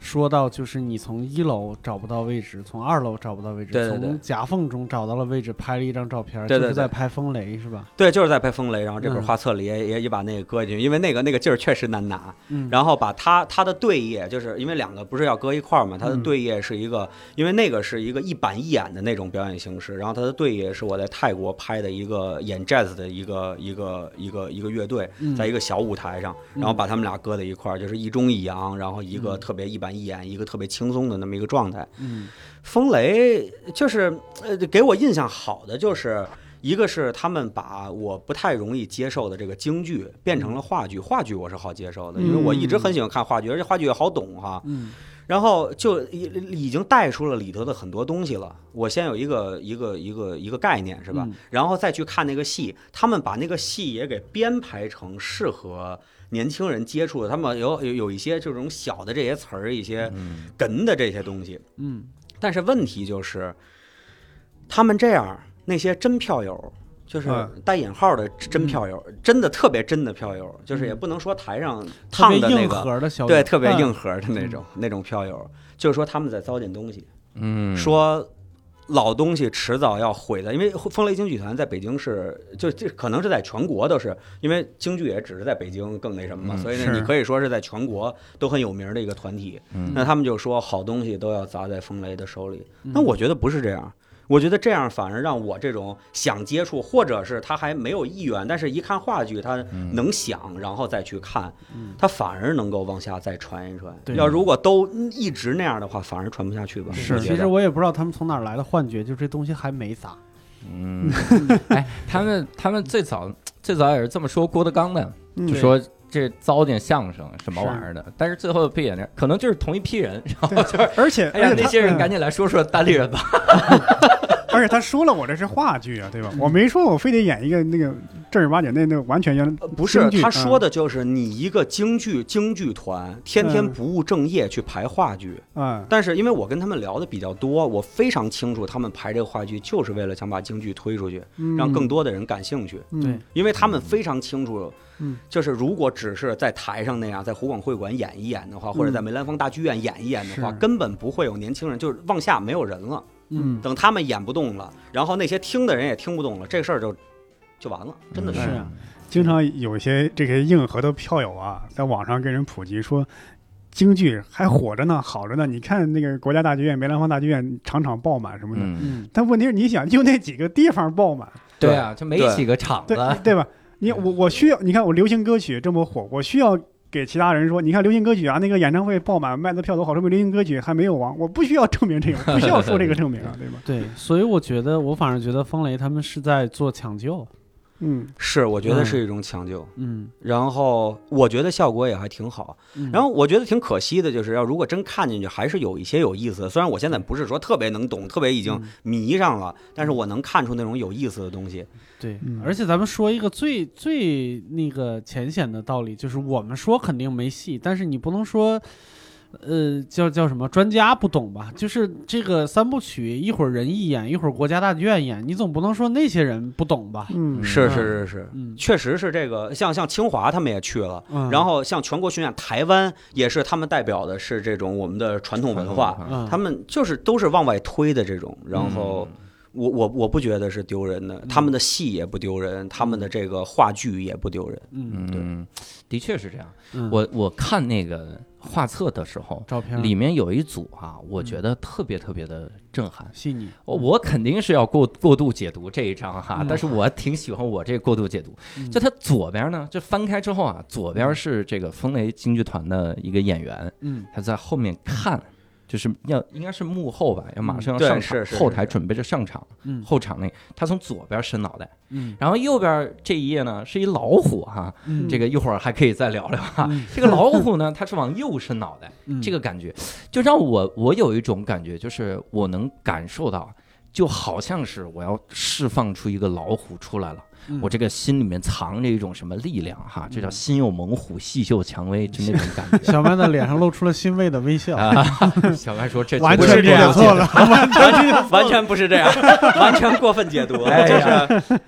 说到就是你从一楼找不到位置，从二楼找不到位置， 对对对从夹缝中找到了位置，拍了一张照片， 对对对就是在拍风雷是吧？ 对，就是在拍风雷，然后这本画册里也、嗯、也也把那个搁进去，因为那个那个劲儿确实难拿。嗯，然后把它它的对页，就是因为两个不是要搁一块儿嘛，它的对页是一个、嗯，因为那个是一个一板一眼的那种表演形式，然后它的对页是我在泰国拍的一个演 jazz 的一个一个一个一个乐队，在一个小舞台上，然后把他们俩搁在一块儿，就是一中一阳，然后一个特别一板一眼，一个特别轻松的那么一个状态。嗯，风雷就是呃给我印象好的就是一个是他们把我不太容易接受的这个京剧变成了话剧，话剧我是好接受的，因为我一直很喜欢看话剧，而且话剧也好懂哈。嗯。然后就已经带出了里头的很多东西了。我先有一个一个一个一个概念是吧、嗯？然后再去看那个戏，他们把那个戏也给编排成适合年轻人接触的。他们有有有一些这种小的这些词儿，一些哏的这些东西。嗯。但是问题就是，他们这样那些真票友。就是带引号的真票友、嗯，真的特别真的票友，就是也不能说台上烫的那个， 的对，特别硬核的那种、嗯、那种票友，就是说他们在糟践东西，嗯，说老东西迟早要毁的，因为风雷京剧团在北京是，就这可能是在全国都是，因为京剧也只是在北京更那什么嘛，嗯、所以呢，你可以说是在全国都很有名的一个团体。嗯、那他们就说好东西都要砸在风雷的手里，嗯、那我觉得不是这样。我觉得这样反而让我这种想接触，或者是他还没有意愿，但是一看话剧他能想，然后再去看，他反而能够往下再传一传。要如果都一直那样的话，反而传不下去吧。 是，其实我也不知道他们从哪儿来的幻觉，就这东西还没砸。 嗯，哎，他们他们最早最早也是这么说郭德纲的，嗯、就说。这糟践相声什么玩意儿的，但是最后不也那可能就是同一批人，然后就是而且哎呀那些人赶紧来说说单立人吧。 而且他说了我这是话剧啊，对吧？我没说我非得演一个那个正儿八经那那完全原不是他说的就是你一个京剧京剧团天天不务正业去排话剧，嗯，但是因为我跟他们聊的比较多，我非常清楚他们排这个话剧就是为了想把京剧推出去，让更多的人感兴趣。对，因为他们非常清楚。嗯，就是如果只是在台上那样，在湖广会馆演一演的话，或者在梅兰芳大剧院演一演的话，根本不会有年轻人，就是往下没有人了。嗯，等他们演不动了，然后那些听的人也听不动了，这个事儿就就完了，真的是。 嗯、经常有些这些硬核的票友啊，在网上跟人普及说，京剧还火着呢，好着呢。你看那个国家大剧院、梅兰芳大剧院场场爆满什么的，嗯，但问题是你想，就那几个地方爆满， 对啊，就没几个场子， 对, 对, 对吧？你我我需要，你看我流行歌曲这么火，我需要给其他人说，你看流行歌曲啊，那个演唱会爆满，卖的票都好，说明流行歌曲还没有亡，我不需要证明这个，不需要说这个证明啊，对吧？ 对，所以我觉得，我反而觉得风雷他们是在做抢救。 嗯，是，我觉得是一种抢救。嗯，然后我觉得效果也还挺好。嗯、然后我觉得挺可惜的，就是要如果真看进去，还是有一些有意思的。虽然我现在不是说特别能懂，特别已经迷上了，嗯、但是我能看出那种有意思的东西。 对，嗯、而且咱们说一个最最那个浅显的道理，就是我们说肯定没戏，但是你不能说。呃，叫叫什么专家不懂吧？就是这个三部曲，一会儿人艺演，一会儿国家大剧院演，你总不能说那些人不懂吧？ 嗯，是是是是，嗯，确实是这个。像像清华他们也去了，嗯、然后像全国巡演，台湾也是他们代表的是这种我们的传统文化，嗯、他们就是都是往外推的这种，然后。嗯我我我不觉得是丢人的，他们的戏也不丢人，嗯、他们的这个话剧也不丢人。 嗯，对，的确是这样。嗯、我我看那个画册的时候， 照片里面有一组哈、啊，我觉得特别特别的震撼、 细腻。 我我肯定是要过过度解读这一章哈，嗯、但是我挺喜欢我这个过度解读。嗯、就它左边呢，就翻开之后啊，左边是这个风雷京剧团的一个演员，嗯，他在后面看。就是要应该是幕后吧，要马上要上场， 嗯、 后台准备着上场，嗯、后场内他从左边伸脑袋，嗯、然后右边这一页呢是一老虎哈，嗯、这个一会儿还可以再聊聊哈。嗯、这个老虎呢，它是往右伸脑袋，嗯、这个感觉就让我我有一种感觉，就是我能感受到，就好像是我要释放出一个老虎出来了。嗯、我这个心里面藏着一种什么力量哈，这叫心有猛虎，细嗅蔷薇，就那种感觉。 小麦的脸上露出了欣慰的微笑。 啊、小麦说：“这完全解错了， 完全完全不是这样，完全过分解读。”哎呀，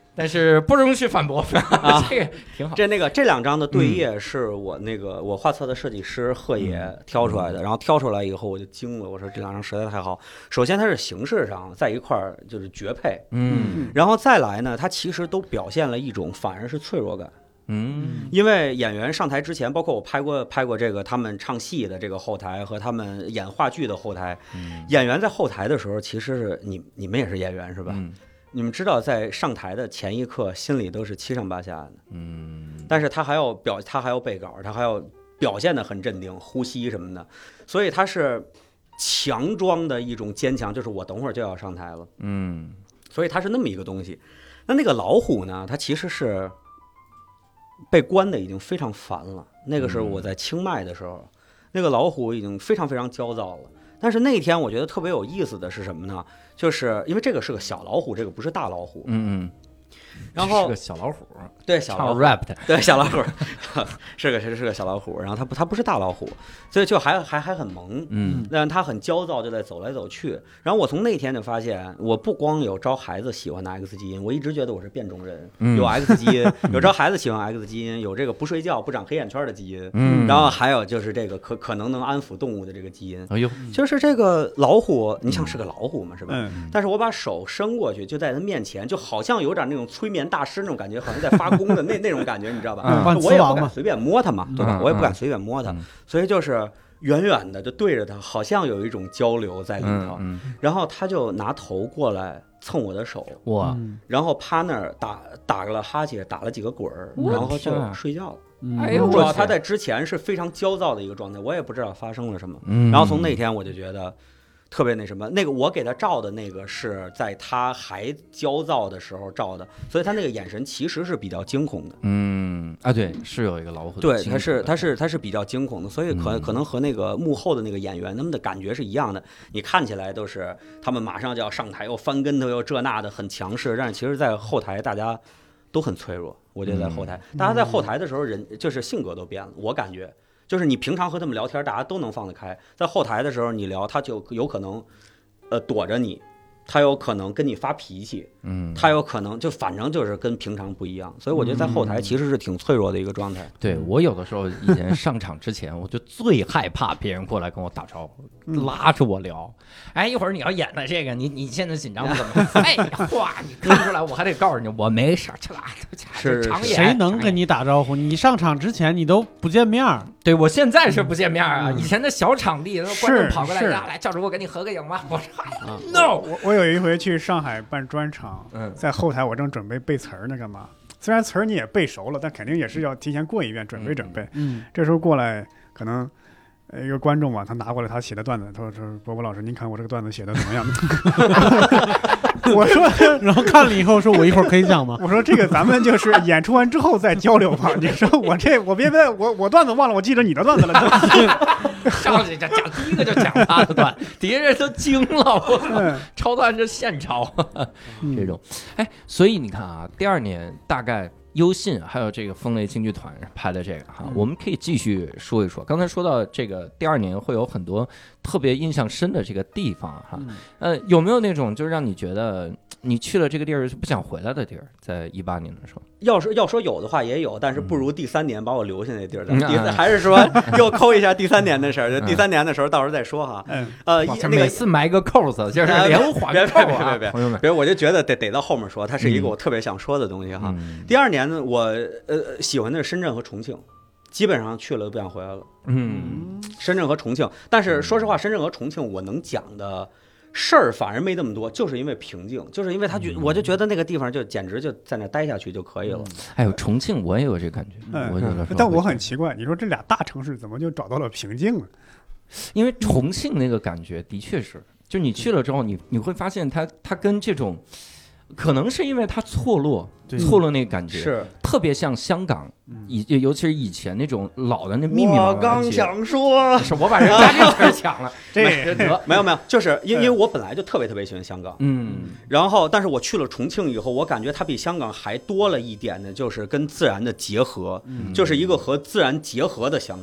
但是不容许反驳啊，这个挺好。 这那个这两张的对页是我那个我画册的设计师贺野挑出来的，然后挑出来以后我就惊了，我说这两张实在太好。首先它是形式上在一块儿就是绝配， 嗯， 然后再来呢，它其实都表现了一种反而是脆弱感。 嗯， 因为演员上台之前，包括我拍过拍过这个他们唱戏的这个后台和他们演话剧的后台， 嗯、 演员在后台的时候，其实是你你们也是演员是吧？ 嗯、 你们知道在上台的前一刻，心里都是七上八下的。 嗯， 但是他还要表，他还要背稿，他还要表现得很镇定，呼吸什么的，所以他是强装的一种坚强，就是我等会儿就要上台了。 嗯， 所以他是那么一个东西。那那个老虎呢？它其实是。被关的已经非常烦了，那个是我在清迈的时候，嗯、那个老虎已经非常非常焦躁了。但是那天我觉得特别有意思的是什么呢？就是因为这个是个小老虎，这个不是大老虎。 嗯嗯。 然后是个小老虎， 对小老虎 rap 的， 对小老虎，是个是是个小老虎。然后它不它不是大老虎，所以就还还还很萌， 嗯， 但它很焦躁，就在走来走去。然后我从那天就发现，我不光有招孩子喜欢的 X 基因，我一直觉得我是变种人， 嗯、 有 X 基因，有招孩子喜欢 X 基因，有这个不睡觉不长黑眼圈的基因， 嗯， 然后还有就是这个可可能能安抚动物的这个基因。 哎呦， 就是这个老虎，你想是个老虎嘛，是吧？ 嗯， 但是我把手伸过去，就在它面前，就好像有点那种催眠大师那种感觉，好像在发功的那那种感觉，你知道吧？ 嗯、 我也不敢随便摸它嘛，对吧？ 嗯、 我也不敢随便摸它，嗯、所以就是远远的就对着它，好像有一种交流在里头。 嗯嗯、 然后他就拿头过来蹭我的手， 哇！ 然后趴那儿打打了哈欠，打了几个滚儿，然后就睡觉了。 哎呦， 主要他在之前是非常焦躁的一个状态，我也不知道发生了什么。 嗯、 然后从那天我就觉得。特别那什么，那个我给他照的那个是在他还焦躁的时候照的，所以他那个眼神其实是比较惊恐的。 嗯啊，对，是有一个老虎的。 对，他是他是他是比较惊恐的，所以可、 嗯、 可能和那个幕后的那个演员他们的感觉是一样的。你看起来都是他们马上就要上台，又翻跟头又这那的，很强势，但是其实在后台大家都很脆弱。我觉得在后台，嗯、大家在后台的时候人就是性格都变了，我感觉。就是你平常和他们聊天，大家都能放得开，在后台的时候你聊，他就有可能，呃，躲着你，他有可能跟你发脾气， 嗯， 他有可能就反正就是跟平常不一样，所以我觉得在后台其实是挺脆弱的一个状态。 嗯、对我有的时候以前上场之前，我就最害怕别人过来跟我打招呼，嗯、拉着我聊，哎，一会儿你要演的这个，你你现在紧张不怎么？哎，哇，你看出来，我还得告诉你，我没事，去啦， 是常演。 谁能跟你打招呼？你上场之前你都不见面。 对，我现在是不见面啊。 嗯、 以前的小场地，观众跑过来，来教主，我跟你合个影吧。我说、啊、，no。 我我有一回去上海办专场， 嗯、 在后台我正准备背词儿呢，干嘛？虽然词儿你也背熟了，但肯定也是要提前过一遍，准备准备。 嗯， 这时候过来可能。一个观众嘛，他拿过来他写的段子，他说：“说波波老师，您看我这个段子写的怎么样？”我说， 然后看了以后说：“我一会儿可以讲吗？” 我说：“这个咱们就是演出完之后再交流吧。”你说我这我别别我我段子忘了，我记着你的段子了。 上去就讲第一个就讲他的段，底下人都惊了，我抄段就现抄，这种。哎，所以你看啊，第二年大概。优信还有这个风雷京剧团拍的这个哈，嗯、我们可以继续说一说。刚才说到这个第二年会有很多特别印象深的这个地方哈，嗯、呃，有没有那种就是让你觉得你去了这个地儿就不想回来的地儿？在一八年的时候， 要是要说有的话也有，但是不如第三年把我留下那地儿。嗯、第还是说又抠一下第三年的事儿，就第三年的时候到时候再说哈。 嗯， 呃， 那个每次埋个扣子就是连环扣啊， 别别别别，别我就觉得得得到后面说，它是一个我特别想说的东西哈。 嗯、 第二年。我呃喜欢的是深圳和重庆，基本上去了都不想回来了。 嗯， 深圳和重庆，但是说实话，深圳和重庆我能讲的事儿反而没那么多，就是因为平静，就是因为他觉，我就觉得那个地方就简直就在那待下去就可以了。 哎呦，重庆我也有这感觉， 嗯、 我有的时候但我很奇怪，你说这俩大城市怎么就找到了平静了？ 因为重庆那个感觉的确是，就你去了之后，你你会发现它它跟这种。可能是因为它错落，错落那个感觉是特别像香港，以尤其是以前那种老的那密密麻麻。 我刚想说， 是我把人家这词抢了， 这没有没有，就是因为因为我本来就特别特别喜欢香港， 嗯， 然后但是我去了重庆以后，我感觉它比香港还多了一点的，就是跟自然的结合，就是一个和自然结合的香港。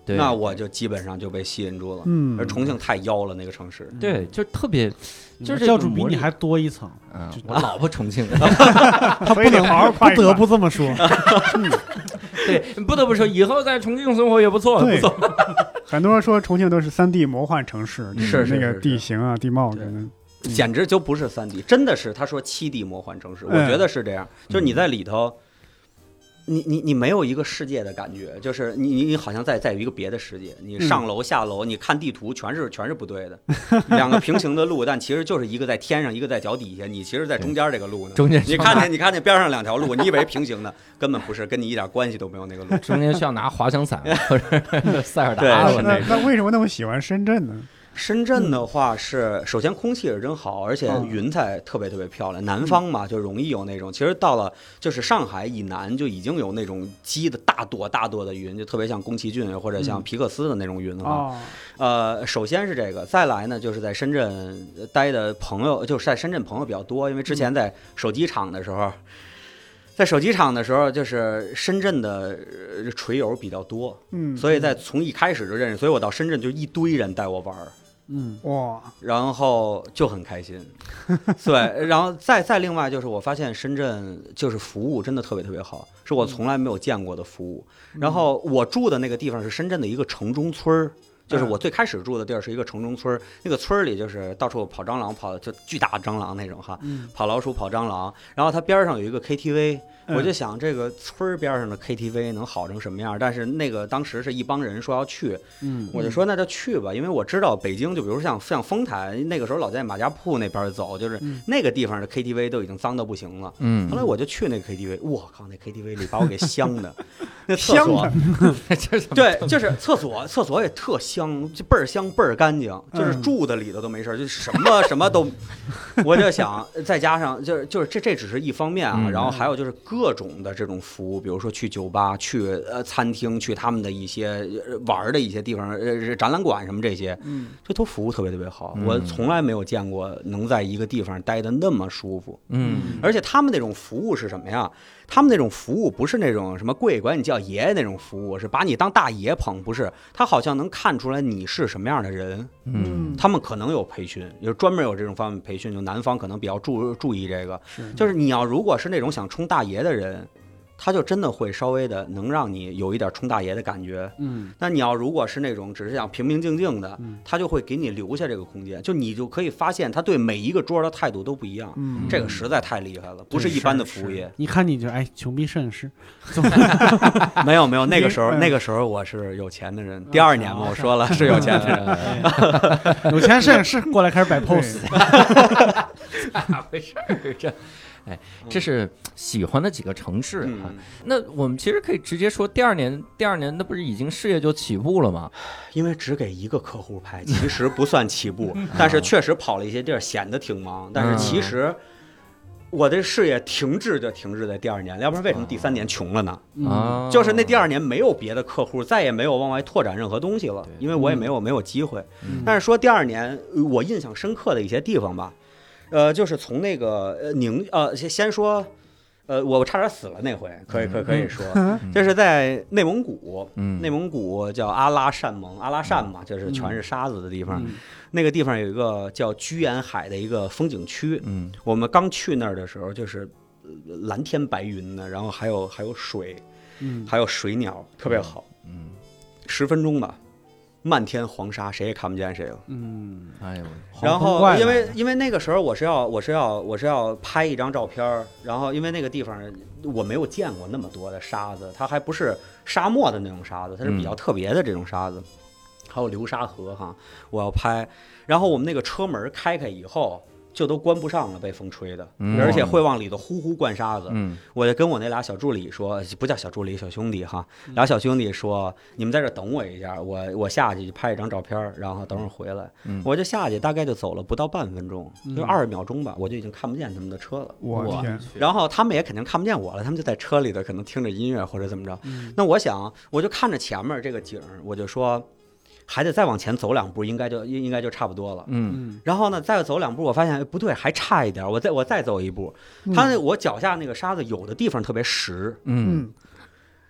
那我就基本上就被吸引住了。 嗯， 而重庆太妖了，那个城市。 对，就特别，就是教主比你还多一层。 嗯，我老婆重庆的， 他不能好好夸一夸， 不得不这么说。 对，不得不说，以后在重庆生活也不错，不错。 很多人说重庆都是三 D 魔幻城市， 是那个地形啊、地貌可能。 简直就不是三 D， 真的是他说七 D 魔幻城市，我觉得是这样，就是你在里头。你你你没有一个世界的感觉，就是你你你好像在在于一个别的世界。你上楼下楼，你看地图全是全是不对的，两个平行的路，但其实就是一个在天上，一个在脚底下，你其实在中间这个路呢。 中间你看见你看见边上两条路，你以为平行的，根本不是，跟你一点关系都没有那个路。 中间需要拿滑翔伞或者塞尔达。 那那为什么那么喜欢深圳呢？ 深圳的话是，首先空气是真好，而且云彩特别特别漂亮。南方嘛，就容易有那种，其实到了就是上海以南就已经有那种积的大朵大朵的云，就特别像宫崎骏或者像皮克斯的那种云的话。呃，首先是这个，再来呢，就是在深圳待的朋友，就是在深圳朋友比较多，因为之前在手机厂的时候。在手机厂的时候，就是深圳的锤友比较多，嗯，所以在从一开始就认识，所以我到深圳就一堆人带我玩儿， 嗯， 哇， 然后就很开心，对，然后再再另外就是我发现深圳就是服务真的特别特别好，是我从来没有见过的服务。然后我住的那个地方是深圳的一个城中村儿。就是我最开始住的地儿是一个城中村，那个村里就是到处跑蟑螂，跑就巨大的蟑螂那种哈，跑老鼠跑蟑螂。然后它边上有一个 K T V， 我就想这个村边上的 K T V 能好成什么样？但是那个当时是一帮人说要去，我就说那就去吧，因为我知道北京就比如像像丰台，那个时候老在马家铺那边走，就是那个地方的 K T V 都已经脏到不行了。嗯，后来我就去那个 K T V， 我靠，那 K T V 里把我给香的，那厕所，对，就是厕所，厕所也特香。香就倍儿香倍儿干净，就是住的里头都没事，就是什么什么都，我就想再加上就是就是这这只是一方面啊，然后还有就是各种的这种服务，比如说去酒吧、去呃餐厅、去他们的一些玩的一些地方，呃展览馆什么这些，嗯，这都服务特别特别好，我从来没有见过能在一个地方待得那么舒服，嗯，而且他们那种服务是什么呀？他们那种服务不是那种什么贵管你叫爷爷那种服务，是把你当大爷捧，不是，他好像能看出来你是什么样的人。嗯，他们可能有培训，有专门有这种方面培训，就南方可能比较注注意这个，是就是你要如果是那种想冲大爷的人。他就真的会稍微的能让你有一点冲大爷的感觉，嗯，那你要如果是那种只是想平平静静的，嗯，他就会给你留下这个空间，就你就可以发现他对每一个桌的态度都不一样，嗯，这个实在太厉害了，不是一般的服务业。 一看你就哎，穷逼摄影师， 没有没有，那个时候那个时候我是有钱的人，第二年嘛，我说了是有钱的人，有钱摄影师过来开始摆 pose， 咋回事这？哎，这是喜欢的几个城市啊。嗯、那我们其实可以直接说，第二年，第二年那不是已经事业就起步了吗？ 因为只给一个客户拍，其实不算起步，但是确实跑了一些地儿，显得挺忙。但是其实我的事业停滞就停滞在第二年，要不然为什么第三年穷了呢？嗯、就是那第二年没有别的客户，再也没有往外拓展任何东西了，因为我也没有没有机会。嗯、但是说第二年我印象深刻的一些地方吧。呃，就是从那个呃宁呃先先说，呃我差点死了那回，可以可以可以说，就是在内蒙古，嗯，内蒙古叫阿拉善盟，阿拉善嘛，就是全是沙子的地方，嗯、那个地方有一个叫居延海的一个风景区，嗯，我们刚去那儿的时候就是蓝天白云的，然后还有还有水，嗯，还有水鸟，特别好，嗯，十分钟吧。漫天黄沙，谁也看不见谁了。嗯，哎呦，然后因为因为那个时候我是要我是要我是要拍一张照片，然后因为那个地方我没有见过那么多的沙子，它还不是沙漠的那种沙子，它是比较特别的这种沙子，嗯、还有流沙河哈，我要拍。然后我们那个车门开开以后。就都关不上了，被风吹的，嗯、而且会往里头呼呼灌沙子。嗯，我就跟我那俩小助理说，不叫小助理，小兄弟哈，俩小兄弟说，你们在这等我一下，我我下去拍一张照片，然后等会儿回来。嗯、我就下去，大概就走了不到半分钟，嗯、就二十秒钟吧，我就已经看不见他们的车了。 我天！ 然后他们也肯定看不见我了，他们就在车里头，可能听着音乐或者怎么着。嗯、那我想，我就看着前面这个景，我就说。还得再往前走两步，应该就应该就差不多了。嗯，然后呢，再走两步，我发现不对，还差一点。我再我再走一步，它我脚下那个沙子有的地方特别实，嗯，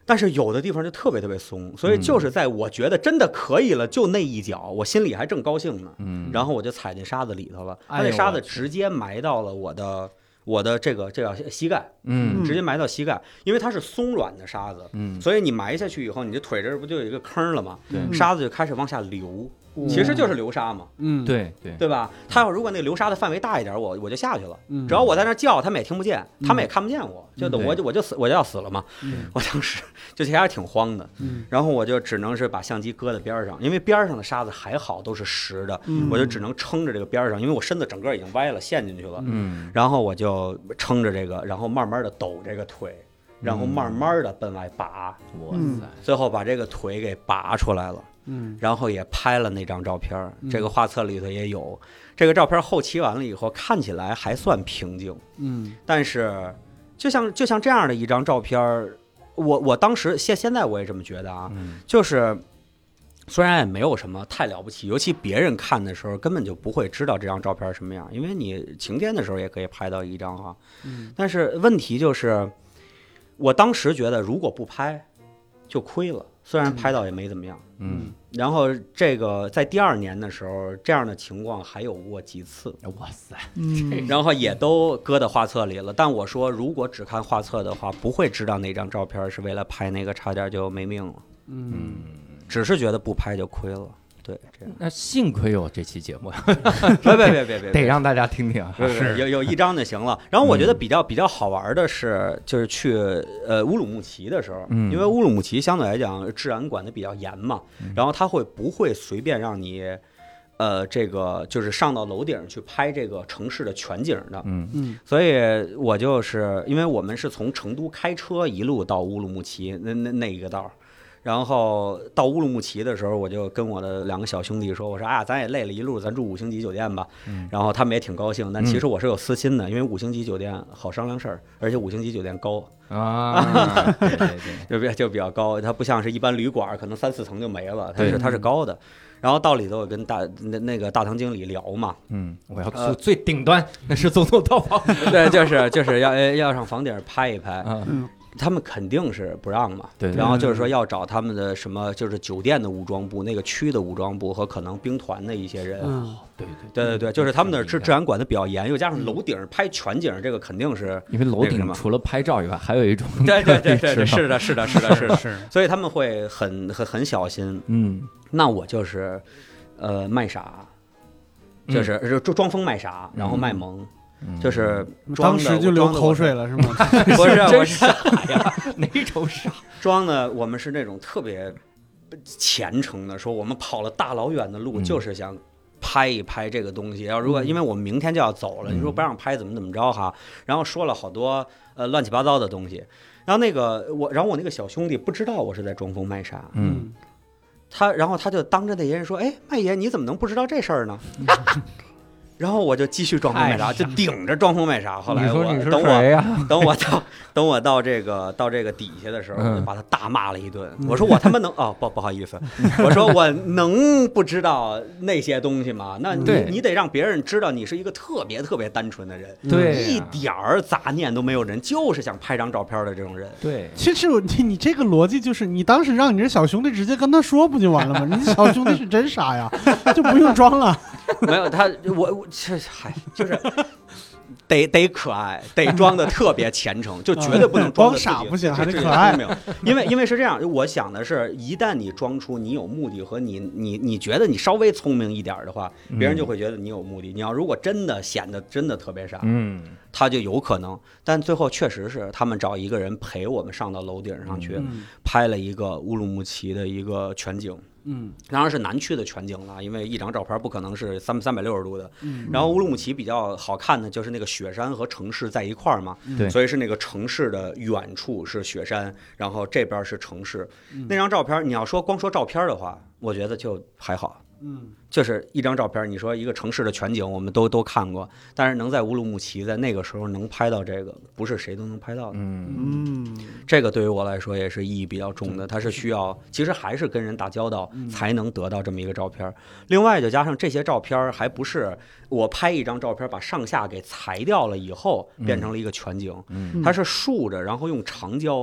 但是有的地方就特别特别松，所以就是在我觉得真的可以了，就那一脚，我心里还正高兴呢。嗯，然后我就踩进沙子里头了，它那沙子直接埋到了我的我的这个这叫膝盖，嗯，直接埋到膝盖，因为它是松软的沙子，嗯，所以你埋下去以后，你这腿这不就有一个坑了吗？对，沙子就开始往下流。其实就是流沙嘛， 嗯，对对对吧？他要如果那个流沙的范围大一点，我我就下去了。只要我在那叫，他们也听不见，他们也看不见我，就我就我就死我就要死了嘛。我当时就其实还挺慌的，然后我就只能是把相机搁在边上，因为边上的沙子还好都是实的，我就只能撑着这个边上，因为我身子整个已经歪了陷进去了。嗯，然后我就撑着这个，然后慢慢的抖这个腿，然后慢慢的奔外拔，哇塞，最后把这个腿给拔出来了。嗯，然后也拍了那张照片，这个画册里头也有。这个照片后期完了以后，看起来还算平静。嗯，但是就像就像这样的一张照片，我我当时现现在我也这么觉得啊，嗯、就是虽然也没有什么太了不起，尤其别人看的时候根本就不会知道这张照片什么样，因为你晴天的时候也可以拍到一张哈。嗯，但是问题就是，我当时觉得如果不拍就亏了。虽然拍到也没怎么样，嗯，然后这个在第二年的时候，这样的情况还有过几次， 哇塞， 嗯，然后也都搁到画册里了。但我说，如果只看画册的话，不会知道那张照片是为了拍那个差点就没命了，嗯，只是觉得不拍就亏了。对，这样。 那幸亏有这期节目， 别别别别别， 得让大家听听。 是有有一张就行了。然后我觉得比较比较好玩的是，就是去呃乌鲁木齐的时候，嗯、因为乌鲁木齐相对来讲治安管得比较严嘛，嗯、然后他会不会随便让你呃这个就是上到楼顶去拍这个城市的全景的？嗯嗯。所以我就是因为我们是从成都开车一路到乌鲁木齐那那那一个道。然后到乌鲁木齐的时候，我就跟我的两个小兄弟说：“我说啊，咱也累了，一路咱住五星级酒店吧。嗯”然后他们也挺高兴，但其实我是有私心的，因为五星级酒店好商量事儿，而且五星级酒店高啊，对对对， 就比就比较高，它不像是一般旅馆，可能三四层就没了，它是它是高的。然后到里头我跟大那那个大堂经理聊嘛， 嗯，我要住最顶端，呃、那是总统套房， 对，就是就是要要上房顶拍一拍，嗯。他们肯定是不让嘛， 对。 然后就是说要找他们的什么，就是酒店的武装部、那个区的武装部和可能兵团的一些人。 嗯，对对对对对，就是他们的治治安管的比较严，又加上楼顶拍全景，这个肯定是因为楼顶除了拍照以外，还有一种对对对对对，是的是的是的是的是，所以他们会很很很小心。嗯，那我就是呃卖傻，就是就装疯卖傻，然后卖萌。就是当时就流口水了是吗？ 不是，我是傻呀，哪种傻？ 装的我们是那种特别虔诚的，说我们跑了大老远的路，就是想拍一拍这个东西。然后如果因为我们明天就要走了，你说不让拍怎么怎么着哈？然后说了好多呃乱七八糟的东西。然后那个我，然后我那个小兄弟不知道我是在装疯卖傻，嗯，他然后他就当着那些人说：“哎，麦爷，你怎么能不知道这事儿呢？”然后我就继续装疯卖傻，就顶着装疯卖傻。后来我等我等我到等我到这个到这个底下的时候，我就把他大骂了一顿。我说我他妈能哦不不好意思，我说我能不知道那些东西吗？那你你得让别人知道你是一个特别特别单纯的人， 对， 一点儿杂念都没有人，就是想拍张照片的这种人。 对， 其实你你这个逻辑就是你当时让你这小兄弟直接跟他说不就完了吗？你小兄弟是真傻呀，就不用装了。 没有他我。这嗨，就是得得可爱，得装的特别虔诚，就绝对不能装的傻不行，还得可爱。 因为因为是这样，我想的是，一旦你装出你有目的和你你你觉得你稍微聪明一点的话，别人就会觉得你有目的。你要如果真的显得真的特别傻，嗯，他就有可能。但最后确实是他们找一个人陪我们上到楼顶上去，嗯、拍了一个乌鲁木齐的一个全景。嗯，当然是南区的全景了，因为一张照片不可能是三三百六十度的。嗯，然后乌鲁木齐比较好看的就是那个雪山和城市在一块儿嘛，对，所以是那个城市的远处是雪山，然后这边是城市。嗯、那张照片，你要说光说照片的话，我觉得就还好。嗯，就是一张照片，你说一个城市的全景，我们都都看过，但是能在乌鲁木齐在那个时候能拍到这个，不是谁都能拍到的。嗯，这个对于我来说也是意义比较重的，它是需要，其实还是跟人打交道才能得到这么一个照片。另外，就加上这些照片还不是我拍一张照片把上下给裁掉了以后变成了一个全景，它是竖着，然后用长焦。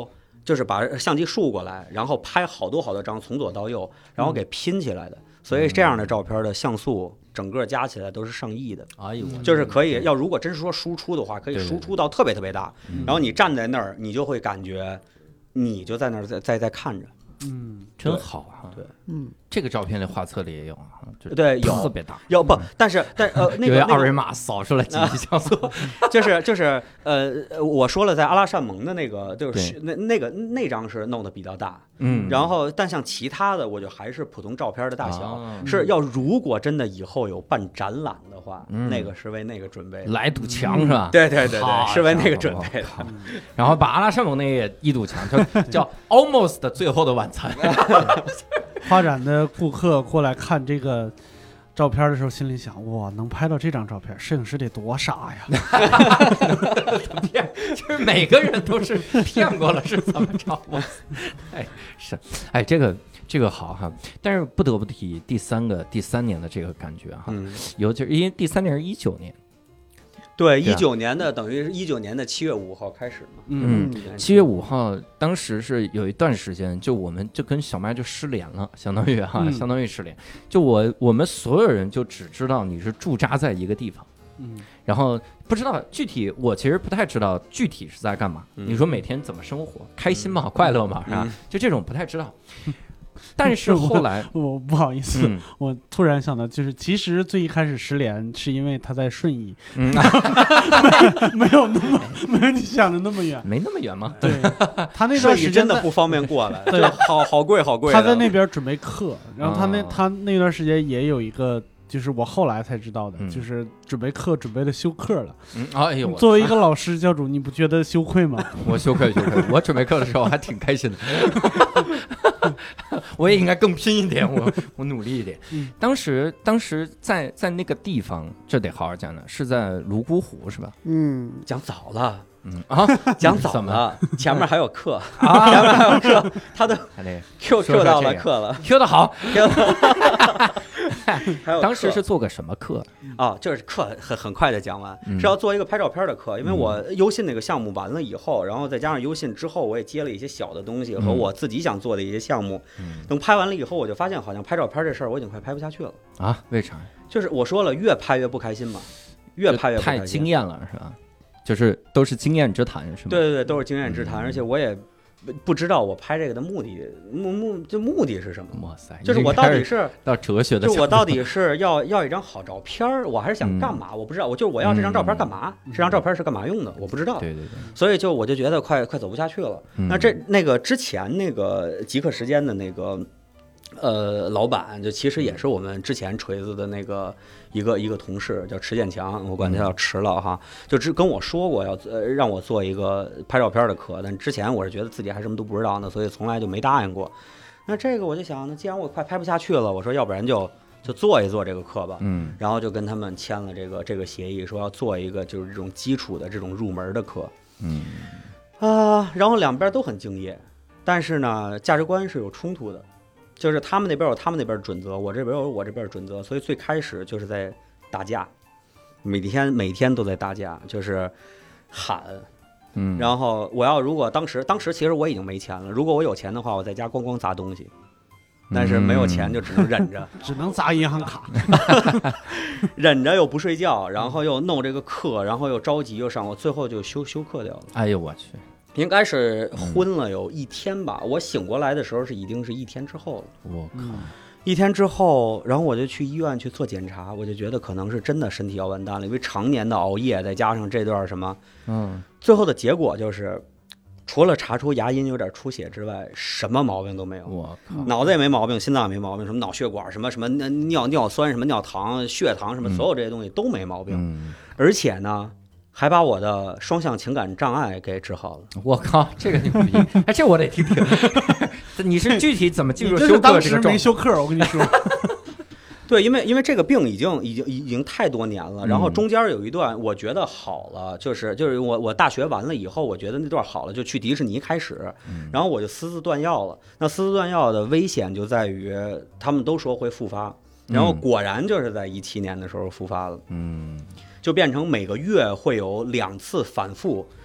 就是把相机竖过来，然后拍好多好多张，从左到右，然后给拼起来的。所以这样的照片的像素整个加起来都是上亿的。 哎呦， 就是可以，要如果真是说输出的话，可以输出到特别特别大。然后你站在那儿，你就会感觉，你就在那儿在在在看着。 嗯， 真好啊！ 对， 嗯， 这个照片的画册里也有啊， 对，有特别大， 有不，但是但呃那个二维码扫出来几级像素， 就是就是呃，我说了，在阿拉善盟的那个就是那那个那张是弄得比较大， 嗯， 然后但像其他的，我就还是普通照片的大小，是要如果真的以后有办展览的话，那个是为那个准备的， 来堵墙是吧？ 对对对对，是为那个准备的。 然后把阿拉善盟那也一堵墙，叫叫 Almost 的最后的晚餐。 画展的顾客过来看这个照片的时候，心里想：哇，能拍到这张照片，摄影师得多傻呀！ 骗，就是每个人都是骗过了，是怎么着？哎，是，哎，这个这个好哈，但是不得不提第三个第三年的这个感觉哈， 嗯、 尤其是因为第三年是一九年。 对，一九年的等于是一九年的七月五号开始嘛。 嗯，七月五号，当时是有一段时间，就我们就跟小麦就失联了，相当于哈，嗯、相当于失联。就我我们所有人就只知道你是驻扎在一个地方， 嗯， 然后不知道具体，我其实不太知道具体是在干嘛。嗯、你说每天怎么生活，开心吗？快乐吗？是吧？就这种不太知道。但是后来我，我不好意思、嗯，我突然想到，就是其实最一开始失联是因为他在顺义，嗯，没有那么没有你想的那么远， 没那么远吗？ 对，他那段时间真的不方便过来，对，好好贵好贵。 他在那边准备课，然后他那、哦、他那段时间也有一个。就是我后来才知道的，嗯、就是准备课准备的休课了。 嗯，哎呦， 作为一个老师教主，你不觉得羞愧吗？ 我羞愧羞愧，我准备课的时候还挺开心的。我也应该更拼一点，我我努力一点。嗯、当时当时在在那个地方，这得好好讲的，是在泸沽湖是吧？ 嗯，讲早了。 嗯啊， 讲早了，前面还有课啊，前面还有课，他都 Q Q 到了课了 ，Q 的好。当时是做个什么课啊、哦？就是课很很快的讲完，嗯、是要做一个拍照片的课，因为我优信那个项目完了以后，然后再加上优信之后，我也接了一些小的东西和我自己想做的一些项目。嗯、等拍完了以后，我就发现好像拍照片这事儿我已经快拍不下去了啊？为啥？ 就是我说了，越拍越不开心嘛，越拍越不开心， 太惊艳了是吧？就是都是经验之谈是吗？ 对对对，都是经验之谈，嗯、而且我也不知道我拍这个的目的目目就目的是什么。 哇塞， 就是我到底是到哲学的， 就我到底是要要一张好照片，我还是想干嘛？嗯、我不知道，我就是我要这张照片干嘛？嗯、这张照片是干嘛用的？我不知道。 对对对。 所以就我就觉得快快走不下去了。嗯、那这那个之前那个极客时间的那个。呃，老板就其实也是我们之前锤子的那个一个一个同事，叫池建强，我管他叫池老哈，就只跟我说过要呃让我做一个拍照片的课，但之前我是觉得自己还什么都不知道呢，所以从来就没答应过。那这个我就想，那既然我快拍不下去了，我说要不然就就做一做这个课吧，嗯，然后就跟他们签了这个这个协议，说要做一个就是这种基础的这种入门的课，嗯啊，然后两边都很敬业，但是呢，价值观是有冲突的。就是他们那边有他们那边的准则，我这边有我这边的准则，所以最开始就是在打架，每天每天都在打架，就是喊，嗯，然后我要如果当时当时其实我已经没钱了，如果我有钱的话，我在家咣咣砸东西，但是没有钱就只能忍着， 只能砸银行卡， 忍着又不睡觉，然后又弄这个课，然后又着急又上，我最后就休休课掉了。 哎呦我去！ 应该是昏了有一天吧，嗯、我醒过来的时候是已经是一天之后了。 我靠！ 一天之后，然后我就去医院去做检查，我就觉得可能是真的身体要完蛋了，因为常年的熬夜，再加上这段什么，嗯，最后的结果就是，除了查出牙龈有点出血之外，什么毛病都没有。 我靠！ 脑子也没毛病，心脏也没毛病，什么脑血管、什么什么尿尿酸、什么尿糖、血糖什么，所有这些东西都没毛病。嗯、而且呢。还把我的双向情感障碍给治好了。 我靠，这个牛逼！哎，这我得听听。你是具体怎么进入休课这个状态？ 没休课，我跟你说。 对，因为因为这个病已经已经已经太多年了，然后中间有一段我觉得好了，就是就是我我大学完了以后，我觉得那段好了，就去迪士尼开始，然后我就私自断药了。那私自断药的危险就在于他们都说会复发，然后果然就是在一七年的时候复发了。嗯。就变成每个月会有两次反复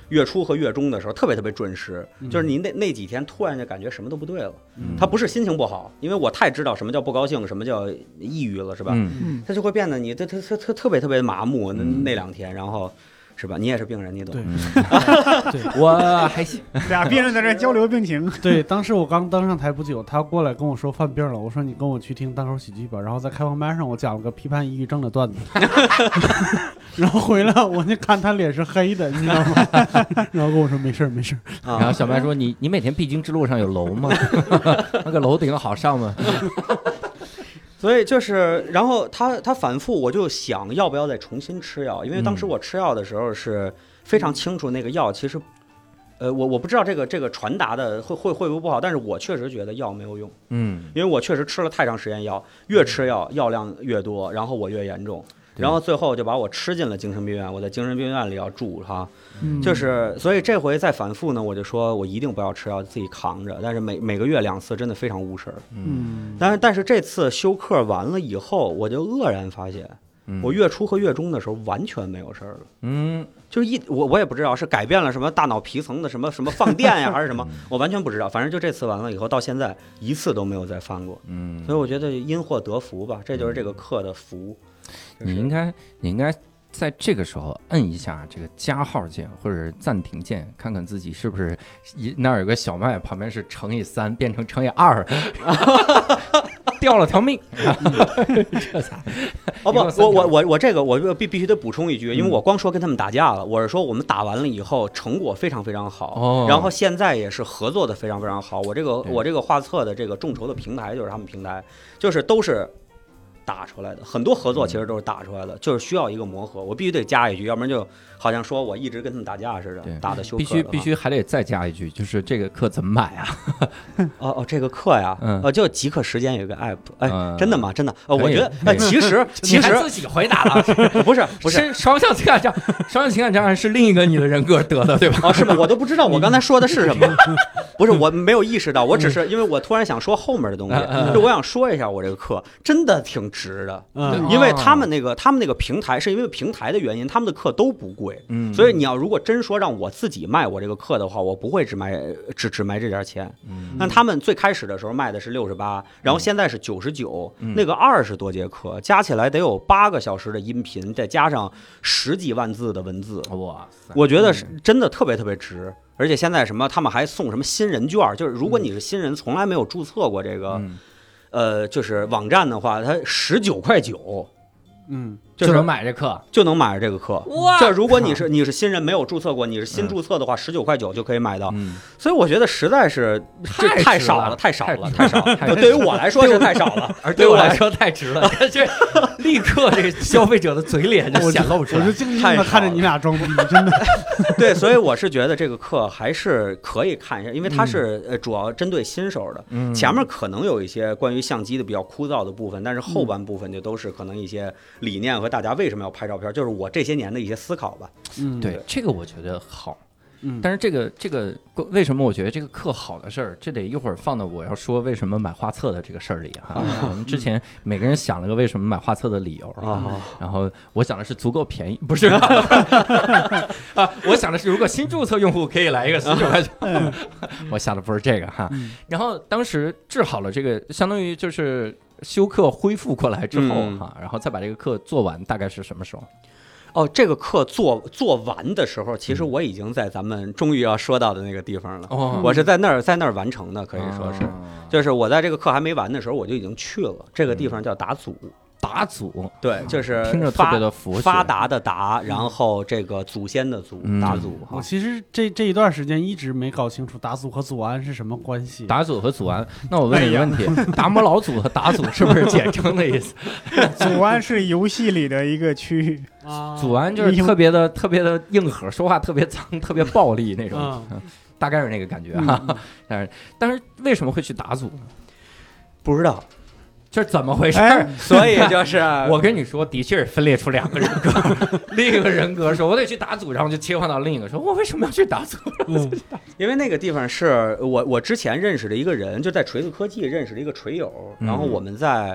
月初和月中的时候特别特别准时，就是你那那几天突然就感觉什么都不对了。他不是心情不好，因为我太知道什么叫不高兴，什么叫抑郁了，是吧？他就会变得你特特特特特别特别麻木那那两天，然后。是吧？你也是病人，你懂。 对， 我还行。 俩病人在这交流病情。 对，当时我刚登上台不久，他过来跟我说犯病了，我说你跟我去听单口喜剧吧。然后在开放麦上我讲了个批判抑郁症的段子，然后回来我就看他脸是黑的，你知道吗？然后跟我说没事没事。 然后小麦说你你每天必经之路上有楼吗？那个楼顶好上吗？ 所以就是，然后他他反复，我就想要不要再重新吃药，因为当时我吃药的时候是非常清楚那个药其实，呃，我我不知道这个这个传达的会会会不会不好，但是我确实觉得药没有用，嗯，因为我确实吃了太长时间药，越吃药药量越多，然后我越严重。然后最后就把我吃进了精神病院，我在精神病院里要住哈，嗯、就是所以这回再反复呢，我就说我一定不要吃药，自己扛着。但是每每个月两次真的非常误事儿，嗯，但是但是这次休克完了以后，我就愕然发现，我月初和月中的时候完全没有事儿了，嗯，就是一我我也不知道是改变了什么大脑皮层的什么什么放电呀还是什么，我完全不知道，反正就这次完了以后到现在一次都没有再犯过，嗯，所以我觉得因祸得福吧，这就是这个课的福。 你应该，你应该在这个时候摁一下这个加号键或者暂停键，看看自己是不是那儿有个小麦，旁边是乘以三变成乘以二，掉了条命。这才哦不，我我我我这个我必必须得补充一句，因为我光说跟他们打架了，我是说我们打完了以后成果非常非常好，哦、然后现在也是合作的非常非常好。我这个我这个画册的这个众筹的平台就是他们平台，就是都是。打出来的很多合作其实都是打出来的，就是需要一个磨合，我必须得加一句，要不然就好像说我一直跟他们打架似的，打的休克。 必须必须还得再加一句，就是这个课怎么买啊？ 哦哦，这个课呀，嗯、呃，就即刻时间有一个 app， 哎，嗯、真的吗？真的？呃，我觉得，哎，其实其实自己回答了， 不是不是双向情感障，双向情感障碍是另一个你的人格得的，对吧？ 哦，是吗？我都不知道我刚才说的是什么，不是我没有意识到，我只是因为我突然想说后面的东西，就我想说一下我这个课真的挺值的，嗯，因为他们那个他们那个平台是因为平台的原因，他们的课都不贵，嗯，所以你要如果真说让我自己卖我这个课的话，我不会只卖只只卖这点钱，嗯，但他们最开始的时候卖的是六十八，然后现在是九十九，那个二十多节课加起来得有八个小时的音频，再加上十几万字的文字，哇塞，我觉得是真的特别特别值。而且现在什么，他们还送什么新人券，就是如果你是新人，从来没有注册过这个，嗯、呃，就是网站的话，它十九块九， 嗯， 就能买这课， 就能买这个课。哇！这如果你是你是新人，没有注册过，你是新注册的话，十九块九就可以买到。嗯、所以我觉得实在是这太少了，太少了，太少了。对于我来说是太少了， 而对我来说太值了。这立刻这个消费者的嘴脸就显露出来。 我就静静的看着你俩装逼，真的。 对，所以我是觉得这个课还是可以看一下，因为它是呃主要针对新手的。嗯、前面可能有一些关于相机的比较枯燥的部分，但是后半部分就都是可能一些理念和大家为什么要拍照片，就是我这些年的一些思考吧。 嗯，对，这个我觉得好。嗯，但是这个这个为什么我觉得这个课好的事儿，这得一会儿放到我要说为什么买画册的这个事儿里哈。我们之前每个人想了个为什么买画册的理由啊，然后我想的是足够便宜，不是啊，我想的是如果新注册用户可以来一个十九块九，我想的不是这个哈。然后当时治好了这个，相当于就是休课恢复过来之后哈，然后再把这个课做完，大概是什么时候？ 哦，这个课做做完的时候，其实我已经在咱们终于要说到的那个地方了。哦、我是在那儿在那儿完成的，可以说是，哦、就是我在这个课还没完的时候，我就已经去了。这个地方叫达祖。 达祖， 对，就是听着特别的佛学， 发达的达，然后这个祖先的祖，达祖。 我其实这这一段时间一直没搞清楚达祖和祖安是什么关系。 达祖和祖安，那我问你个问题：达摩老祖和达祖是不是简称的意思？ 祖安是游戏里的一个区域， 祖安就是特别的特别的硬核，说话特别脏、特别暴力那种，嗯、大概是那个感觉哈。但是但是为什么会去达祖呢？ 不知道。 这怎么回事？ 哎、所以就是我跟你说，的确分裂出两个人格。另一个人格说：“我得去打组。”然后就切换到另一个说：“我为什么要去打组？”嗯、 因为那个地方是我我之前认识的一个人，就在锤子科技认识的一个锤友，然后我们在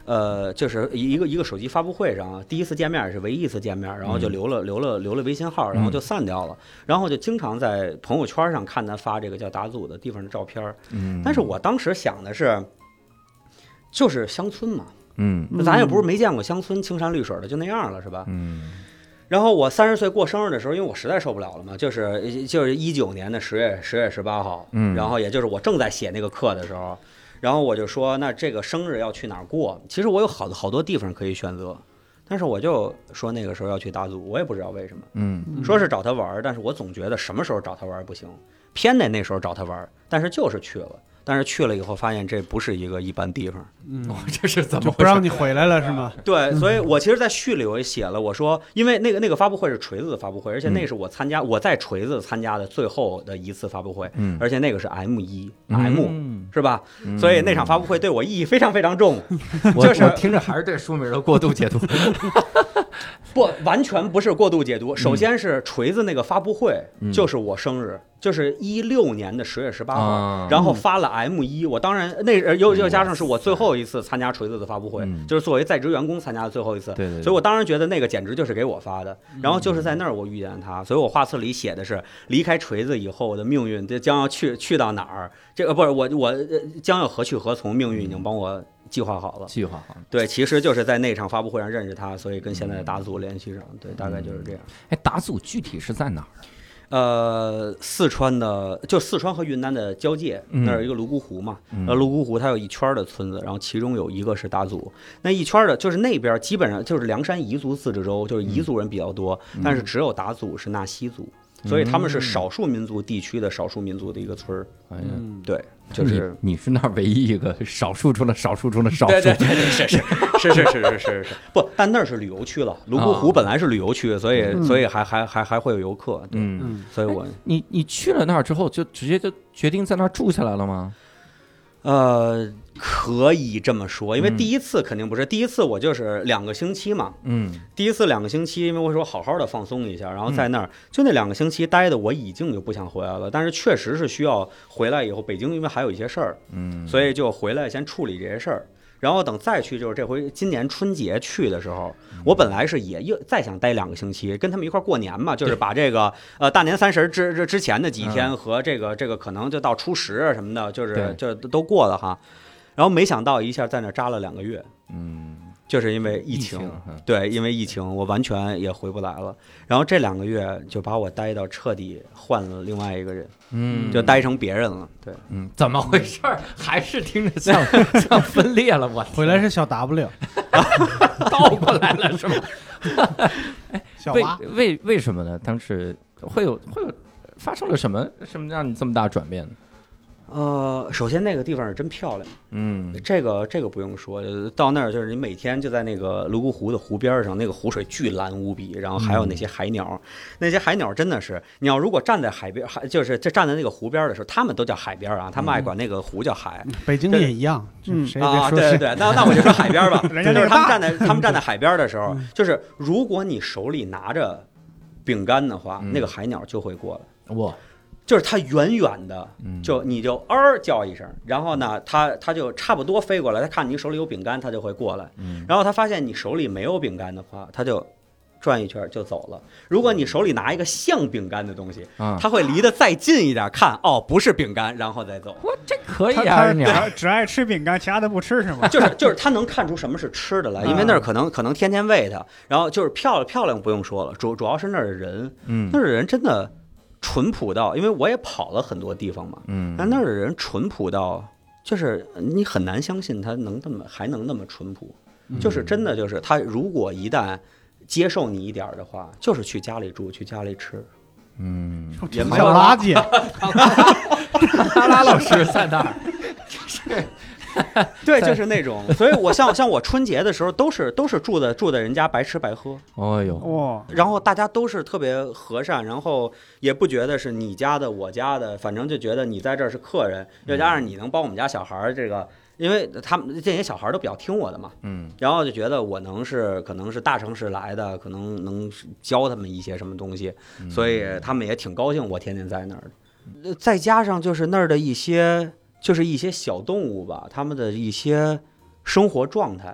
呃，就是一个一个手机发布会上，第一次见面也是唯一一次见面，然后就留了、嗯、留了留了微信号，然后就散掉了，嗯、然后就经常在朋友圈上看他发这个叫达祖的地方的照片。嗯，但是我当时想的是，就是乡村嘛， 嗯， 咱也不是没见过乡村青山绿水的，就那样了，是吧？ 嗯。 然后我三十岁过生日的时候，因为我实在受不了了嘛，就是就是一九年的十月十月十八号，嗯，然后也就是我正在写那个课的时候，然后我就说，那这个生日要去哪儿过？其实我有好多好多地方可以选择，但是我就说那个时候要去达祖，我也不知道为什么， 嗯， 说是找他玩，但是我总觉得什么时候找他玩不行，偏得那时候找他玩，但是就是去了。但是去了以后发现这不是一个一般地方， 嗯，哦、这是怎么回事？ 不让你回来了是吗？ 对，所以我其实，在序里我也写了，我说，因为那个那个发布会是锤子的发布会，而且那是我参加、嗯、我在锤子参加的最后的一次发布会，嗯，而且那个是 M 一、嗯、M、嗯、是吧、嗯？所以那场发布会对我意义非常非常重。就是我听着还是对书名的过度解读。 不，完全不是过度解读。首先是锤子那个发布会，就是我生日，就是一六年的十月十八号、嗯，然后发了 M 一。我当然那又又加上是我最后一次参加锤子的发布会，嗯、就是作为在职员工参加的最后一次。 对对对， 所以我当然觉得那个简直就是给我发的。然后就是在那儿我遇见他，所以我画册里写的是离开锤子以后我的命运，这将要去去到哪儿？这个不是我我将要何去何从？命运已经帮我计划好了， 计划好了。 对，其实就是在那场发布会上认识他，所以跟现在的达祖联系上。对，大概就是这样。 哎，达祖具体是在哪儿？ 呃，四川的，就四川和云南的交界， 嗯、 那儿有一个泸沽湖嘛。呃、嗯，泸沽湖它有一圈的村子，然后其中有一个是达祖。那一圈的，就是那边基本上就是凉山彝族自治州，就是彝族人比较多，嗯、但是只有达祖是纳西族。所以他们是少数民族地区的少数民族的一个村儿。 哎呀， 对，就是你, 你是那儿唯一一个少数中的少数中的少数。 对对对对，是是是是是是是是。不，但那是旅游区了。泸沽湖本来是旅游区，所以、嗯、所以还还还还会有游客。对嗯， 所以我你你去了那儿之后，就直接就决定在那儿住下来了吗？ 呃，可以这么说，因为第一次肯定不是、嗯、第一次，我就是两个星期嘛， 嗯， 第一次两个星期，因为我说好好的放松一下，然后在那儿、嗯、就那两个星期待的，我已经就不想回来了，但是确实是需要回来以后，北京因为还有一些事儿， 嗯， 所以就回来先处理这些事儿。然后等再去，就是这回今年春节去的时候，我本来是也又再想待两个星期，跟他们一块过年嘛，就是把这个呃大年三十之之之前的几天和这个这个可能就到初十啊什么的，就是就都过了哈。然后没想到一下在那扎了两个月， 嗯， 就是因为疫情，疫情对，因为疫情我完全也回不来了。然后这两个月就把我待到彻底换了另外一个人， 嗯， 就待成别人了。对， 嗯，怎么回事？还是听着像像分裂了。我回来是小 W， 倒过来了是吗？ 小蛙为为为什么呢？当时会有会有发生了什么什么让你这么大转变呢？ 呃，首先那个地方是真漂亮， 嗯， 这个这个不用说，到那儿就是你每天就在那个泸沽湖的湖边上，那个湖水巨蓝无比，然后还有那些海鸟，嗯、那些海鸟真的是，你要如果站在海边，还就是这站在那个湖边的时候，他们都叫海边啊，他们爱管那个湖叫海， 嗯、北京也一样， 嗯谁啊，对对对，那那我就说海边吧，就是他们站在他们站在海边的时候，就是如果你手里拿着饼干的话，嗯、那个海鸟就会过来， 哇。 就是它远远的，就你就嗷叫一声，然后呢，它它就差不多飞过来，它看你手里有饼干，它就会过来。然后它发现你手里没有饼干的话，它就转一圈就走了。如果你手里拿一个像饼干的东西，它会离得再近一点，看哦不是饼干，然后再走。 哇，这可以啊！ 他只爱吃饼干，其他的不吃是吗？ 就是就是它能看出什么是吃的来，因为那儿可能可能天天喂它，然后就是漂亮漂亮不用说了，主主要是那儿的人， 嗯， 那儿的人真的。淳朴到，因为我也跑了很多地方嘛， 嗯， 但那儿的人淳朴到，就是你很难相信他能那么还能那么淳朴， 嗯、 就是真的就是他如果一旦接受你一点的话，就是去家里住，去家里吃， 嗯， 也没有垃圾， 拉拉老师在那儿，是。 对，就是那种，所以我像像我春节的时候都是都是住的住在人家白吃白喝， 哦呦哇， 然后大家都是特别和善，然后也不觉得是你家的我家的，反正就觉得你在这儿是客人，又加上你能帮我们家小孩这个，因为他们这些小孩都比较听我的嘛， 嗯， 然后就觉得我能是可能是大城市来的，可能能教他们一些什么东西，所以他们也挺高兴我天天在那儿的，再加上就是那儿的一些。就是一些小动物吧，他们的一些生活状态，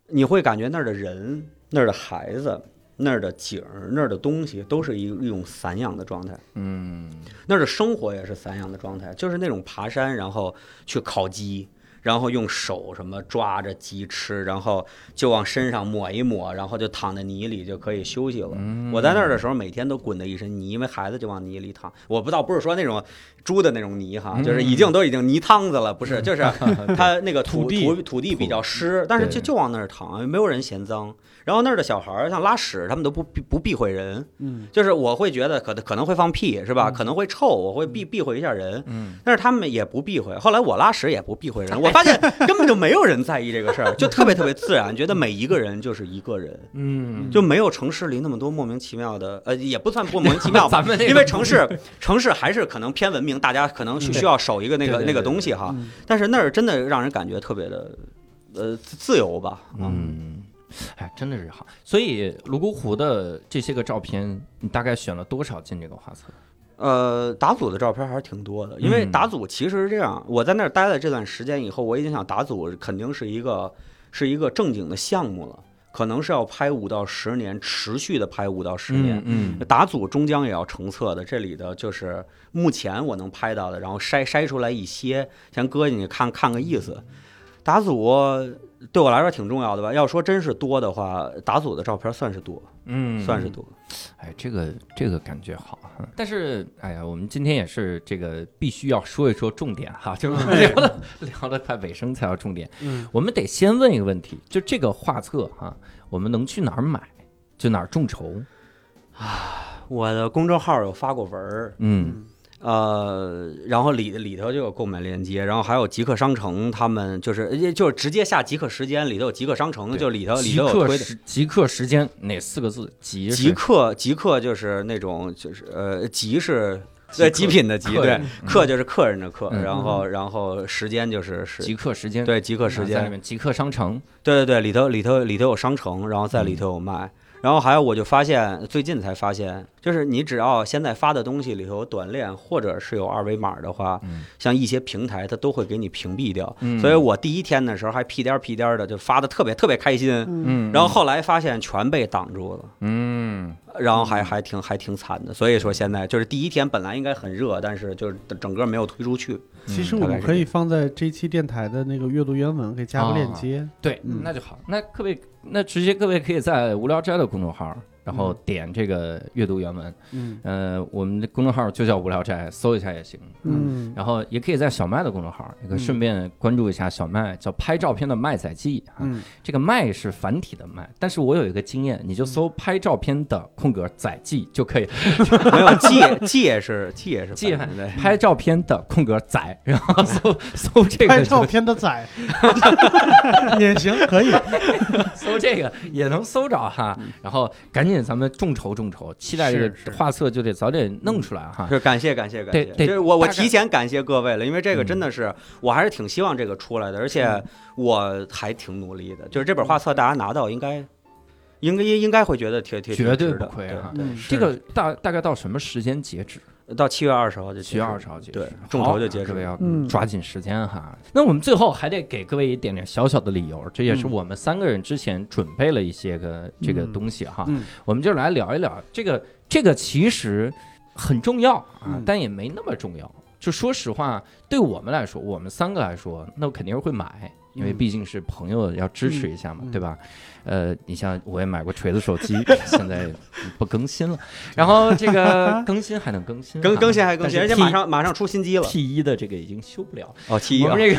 你会感觉那儿的人、那儿的孩子、那儿的景儿、那儿的东西都是一一种散养的状态。 嗯， 那儿的生活也是散养的状态，就是那种爬山，然后去烤鸡。然后用手什么抓着鸡吃，然后就往身上抹一抹，然后就躺在泥里就可以休息了。嗯、我在那儿的时候，每天都滚得一身泥，因为孩子就往泥里躺。我不知道不是说那种猪的那种泥哈，就是已经都已经泥汤子了，不是，就是它那个土土地土地比较湿，但是就就往那儿躺，没有人嫌脏。然后那儿的小孩儿像拉屎，他们都不不避讳人，嗯，就是我会觉得可可能会放屁是吧？可能会臭，我会避避讳一下人，嗯，但是他们也不避讳。后来我拉屎也不避讳人，我发现根本就没有人在意这个事儿，就特别特别自然，觉得每一个人就是一个人，嗯，就没有城市里那么多莫名其妙的，呃，也不算莫名其妙吧，因为城市城市还是可能偏文明，大家可能需需要守一个那个那个东西哈，但是那儿真的让人感觉特别的，呃，自由吧，嗯。 哎，真的是好。所以泸沽湖的这些个照片，你大概选了多少进这个画册？ 呃，打组的照片还是挺多的，因为打组其实是这样，我在那儿待了这段时间以后，我已经想打组肯定是一个是一个正经的项目了，可能是要拍五到十年，持续的拍五到十年。嗯，嗯打组终将也要成册的，这里的就是目前我能拍到的，然后筛筛出来一些，先搁进去看看个意思。打组对我来说挺重要的吧？要说真是多的话，打组的照片算是多，嗯，算是多。 哎，这个这个感觉好。但是，哎呀，我们今天也是这个必须要说一说重点哈，就是聊的聊的快尾声才要重点。嗯，我们得先问一个问题，就这个画册哈，我们能去哪儿买？就哪儿众筹？ 啊，我的公众号有发过文儿，嗯。呃，然后里里头就有购买链接，然后还有极客商城，他们就是就是直接下极客时间，里头有极客商城，就里头里头有推的极客时间哪四个字？极极客极客就是那种就是呃极是对极品的极，对客就是客人的客，嗯、然后然后时间就是是极客时间， 对极客时间在里面极客商城， 对对对，里头里头里头有商城，然后在里头有卖。嗯然后还有，我就发现最近才发现，就是你只要现在发的东西里头有短链或者是有二维码的话，嗯、像一些平台它都会给你屏蔽掉。嗯、所以我第一天的时候还屁颠屁颠的就发的特别特别开心，嗯、然后后来发现全被挡住了，嗯，然后还还挺还挺惨的。所以说现在就是第一天本来应该很热，但是就是整个没有推出去。 其实我们可以放在这期电台的那个阅读原文，给加个链接。 啊、对、嗯，那就好。那各位，那直接各位可以在无聊斋的公众号，然后点这个阅读原文。嗯，呃，我们的公众号就叫无聊斋，搜一下也行。嗯，然后也可以在小麦的公众号，也可以顺便关注一下小麦，叫拍照片的麦仔记啊。嗯，这个麦是繁体的麦，但是我有一个经验，你就搜拍照片的空格仔记就可以。 没有记记是记是记拍照片的空格仔。然后搜搜这个拍照片的仔也行，可以搜这个也能搜着哈。然后赶紧咱们众筹众筹，期待这个画册就得早点弄出来哈。 是感谢感谢感谢， 对对， 我我提前感谢各位了，因为这个真的是、嗯、我还是挺希望这个出来的，而且我还挺努力的。就是这本画册大家拿到应该应该应该会觉得挺挺绝对不亏哈。这个大大概到什么时间截止？ 到七月二十号就七月二十号截止， 对，众筹就截止， 各位要抓紧时间哈。嗯、那我们最后还得给各位一点点小小的理由，这也是我们三个人之前准备了一些个这个东西哈。嗯嗯、我们就来聊一聊这个，这个其实很重要啊，嗯、但也没那么重要。就说实话，对我们来说，我们三个来说，那我肯定是会买。因为毕竟是朋友，要支持一下嘛，嗯、对吧？呃，你像我也买过锤子手机，现在不更新了。然后这个更新还能更新， 更更新还更新，人家马上马上出新机了。 T 一的这个已经修不了哦 ，T 一、啊、 我们这个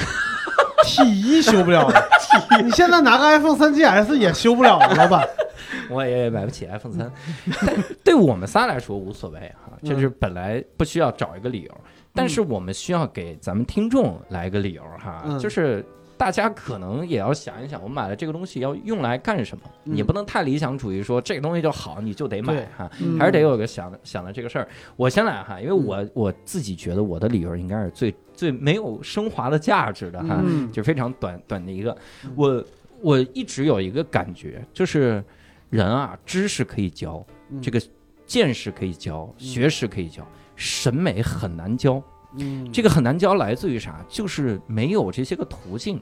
T 一修不了了，你现在拿个 iPhone 三 G S 也修不了了，老板。 我也买不起 iPhone 三，但对我们仨来说无所谓哈，这是本来不需要找一个理由，但是我们需要给咱们听众来一个理由哈，嗯、就是。大家可能也要想一想，我买了这个东西要用来干什么？嗯、也不能太理想主义，说这个东西就好，你就得买哈，嗯、还是得有个想想的这个事儿。我先来哈，因为我、嗯、我自己觉得我的理由应该是最最没有升华的价值的哈，嗯、就非常短短的一个。我我一直有一个感觉，就是人啊，知识可以教，嗯、这个见识可以教，学识可以教，审美很难教。嗯，这个很难教，来自于啥？就是没有这些个途径。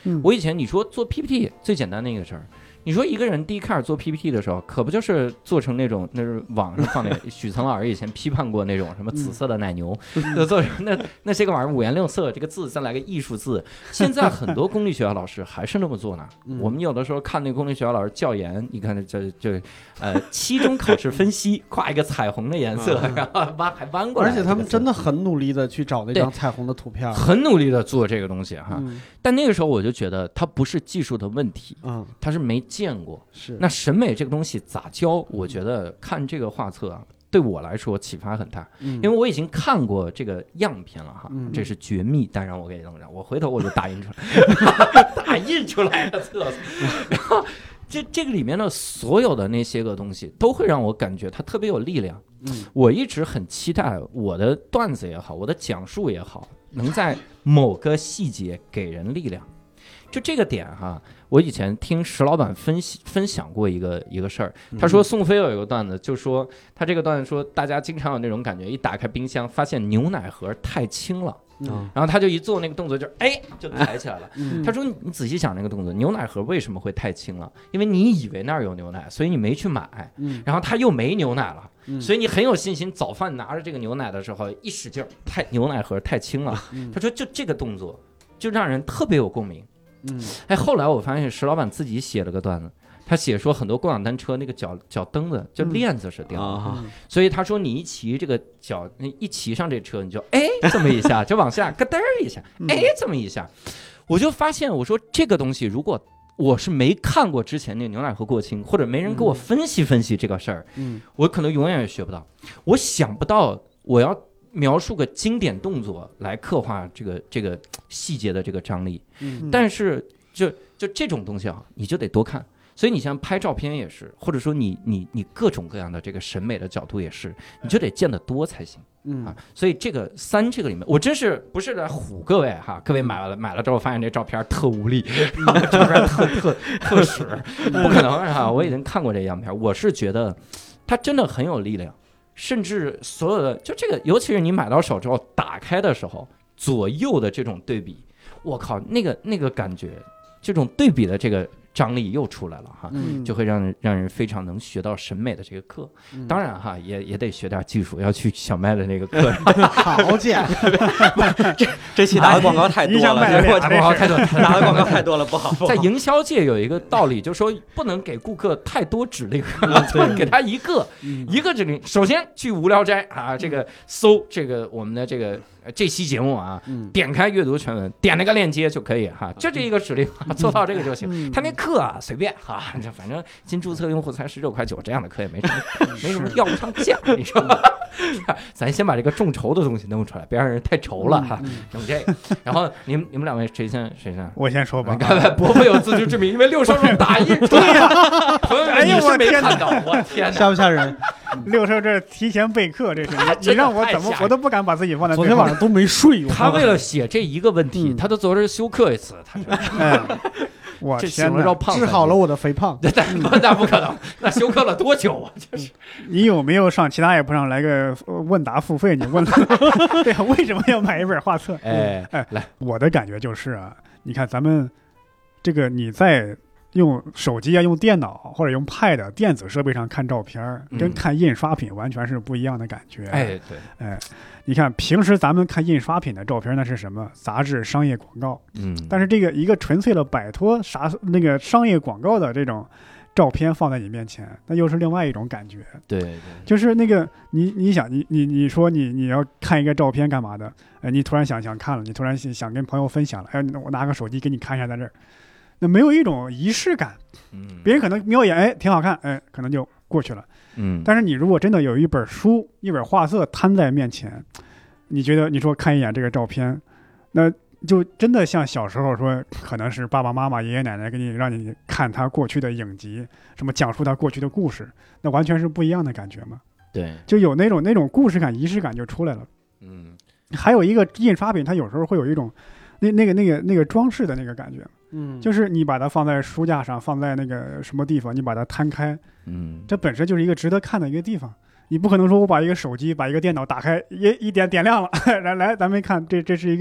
嗯、我以前你说做 P P T 最简单的一个事儿。你说一个人第一开始做 P P T 的时候，可不就是做成那种，那是网上放的许岑老师以前批判过那种什么紫色的奶牛，就做成那那些个玩意儿五颜六色，这个字再来个艺术字。现在很多公立学校老师还是那么做呢。我们有的时候看那公立学校老师教研，你看这这呃期中考试分析，画一个彩虹的颜色，然后弯还弯过来， 而且他们真的很努力的去找那张彩虹的图片， 很努力的做这个东西哈。嗯、但那个时候我就觉得它不是技术的问题，嗯，它是没。见过是那审美这个东西咋教？我觉得看这个画册啊，对我来说启发很大，嗯、因为我已经看过这个样片了哈，嗯、这是绝密，但让我给弄上，我回头我就打印出来，打印出来的册子，然后这这个里面的所有的那些个东西，都会让我感觉它特别有力量。嗯，我一直很期待我的段子也好，我的讲述也好，能在某个细节给人力量。就这个点哈，我以前听石老板分析分享过一个一个事儿，他说宋飞有一个段子，就说他这个段子说大家经常有那种感觉，一打开冰箱发现牛奶盒太轻了，嗯、然后他就一做那个动作就哎就抬起来了。嗯、他说你仔细想那个动作，牛奶盒为什么会太轻了？因为你以为那儿有牛奶，所以你没去买，嗯、然后他又没牛奶了。嗯、所以你很有信心，早饭拿着这个牛奶的时候一使劲，太牛奶盒太轻了。嗯、他说就这个动作就让人特别有共鸣。嗯，哎，后来我发现石老板自己写了个段子，他写说很多共享单车那个脚脚蹬子就链子是掉的，嗯、所以他说你一骑这个脚，一骑上这车你就哎这么一下就往下咯噔一下，哎这么一下，我就发现我说这个东西如果我是没看过之前那个牛奶盒过轻，或者没人给我分析分析这个事儿，嗯，我可能永远也学不到，我想不到我要描述个经典动作来刻画这个这个细节的这个张力，嗯，但是就就这种东西啊，你就得多看。所以你像拍照片也是，或者说你你你各种各样的这个审美的角度也是，你就得见得多才行，嗯啊。所以这个三这个里面，我真是不是来唬各位哈，各位买了买了之后发现这照片特无力，照片特特特屎，不可能哈。我已经看过这样片，我是觉得它真的很有力量。甚至所有的就这个，尤其是你买到手之后打开的时候，左右的这种对比，我靠，那个那个感觉，这种对比的这个张力又出来了哈，嗯、就会让人让人非常能学到审美的这个课。嗯、当然哈，也也得学点技术，要去小麦的那个课。 好简， 这这期打的广告太多了， 这广告太多， 打的广告太多了，不好。不好在营销界有一个道理，就是说不能给顾客太多指令，给他一个、嗯、一个指令。首先去无聊斋啊，这个搜这个我们的这个。这期节目啊，嗯、点开阅读全文，点那个链接就可以哈，就这一个指令，做到这个就行。嗯、他那课啊，随便哈，反正新注册用户才十九块九，这样的课也没什么，没什么要不上价，你说吧？咱先把这个众筹的东西弄出来，别让人太愁了哈。弄这个，然后你们你们两位谁先谁先？ 我先说吧。 伯伯有自知之明，因为六兽是打印出来的。朋友们，你是没看到，我天哪， 吓不吓人？ 六兽这提前备课，这是你让我怎么我都不敢把自己放在。 昨天晚上都没睡。 他为了写这一个问题，嗯、他都昨儿休克一次。他说：“ 哎，我这行了，让胖治好了我的肥胖。 那那不可能，那休克了多久啊？就是你有没有上其他 app 上来个问答付费？你问了，对啊，为什么要买一本画册？ 哎哎，来，我的感觉就是啊，你看咱们这个你在。用手机啊，用电脑或者用 Pad 电子设备上看照片，跟看印刷品完全是不一样的感觉。 哎，对， 哎，你看平时咱们看印刷品的照片，那是什么？杂志、商业广告。嗯，但是这个一个纯粹的摆脱啥那个商业广告的这种照片放在你面前，那又是另外一种感觉。 对对， 就是那个你你想你你你说你你要看一个照片干嘛的？哎，你突然想想看了，你突然想跟朋友分享了，哎，我拿个手机给你看一下，在这儿。那没有一种仪式感，嗯，别人可能瞄一眼，哎，挺好看，哎，可能就过去了，嗯。但是你如果真的有一本书、一本画册摊在面前，你觉得你说看一眼这个照片，那就真的像小时候说，可能是爸爸妈妈、爷爷奶奶给你让你看他过去的影集，什么讲述他过去的故事，那完全是不一样的感觉嘛。 对， 就有那种那种故事感、仪式感就出来了。嗯，还有一个印刷品，它有时候会有一种那那个那个那个装饰的那个感觉。嗯，就是你把它放在书架上，放在那个什么地方，你把它摊开，嗯，这本身就是一个值得看的一个地方。你不可能说我把一个手机、把一个电脑打开，一一点点亮了，来来，咱们看，这这是一个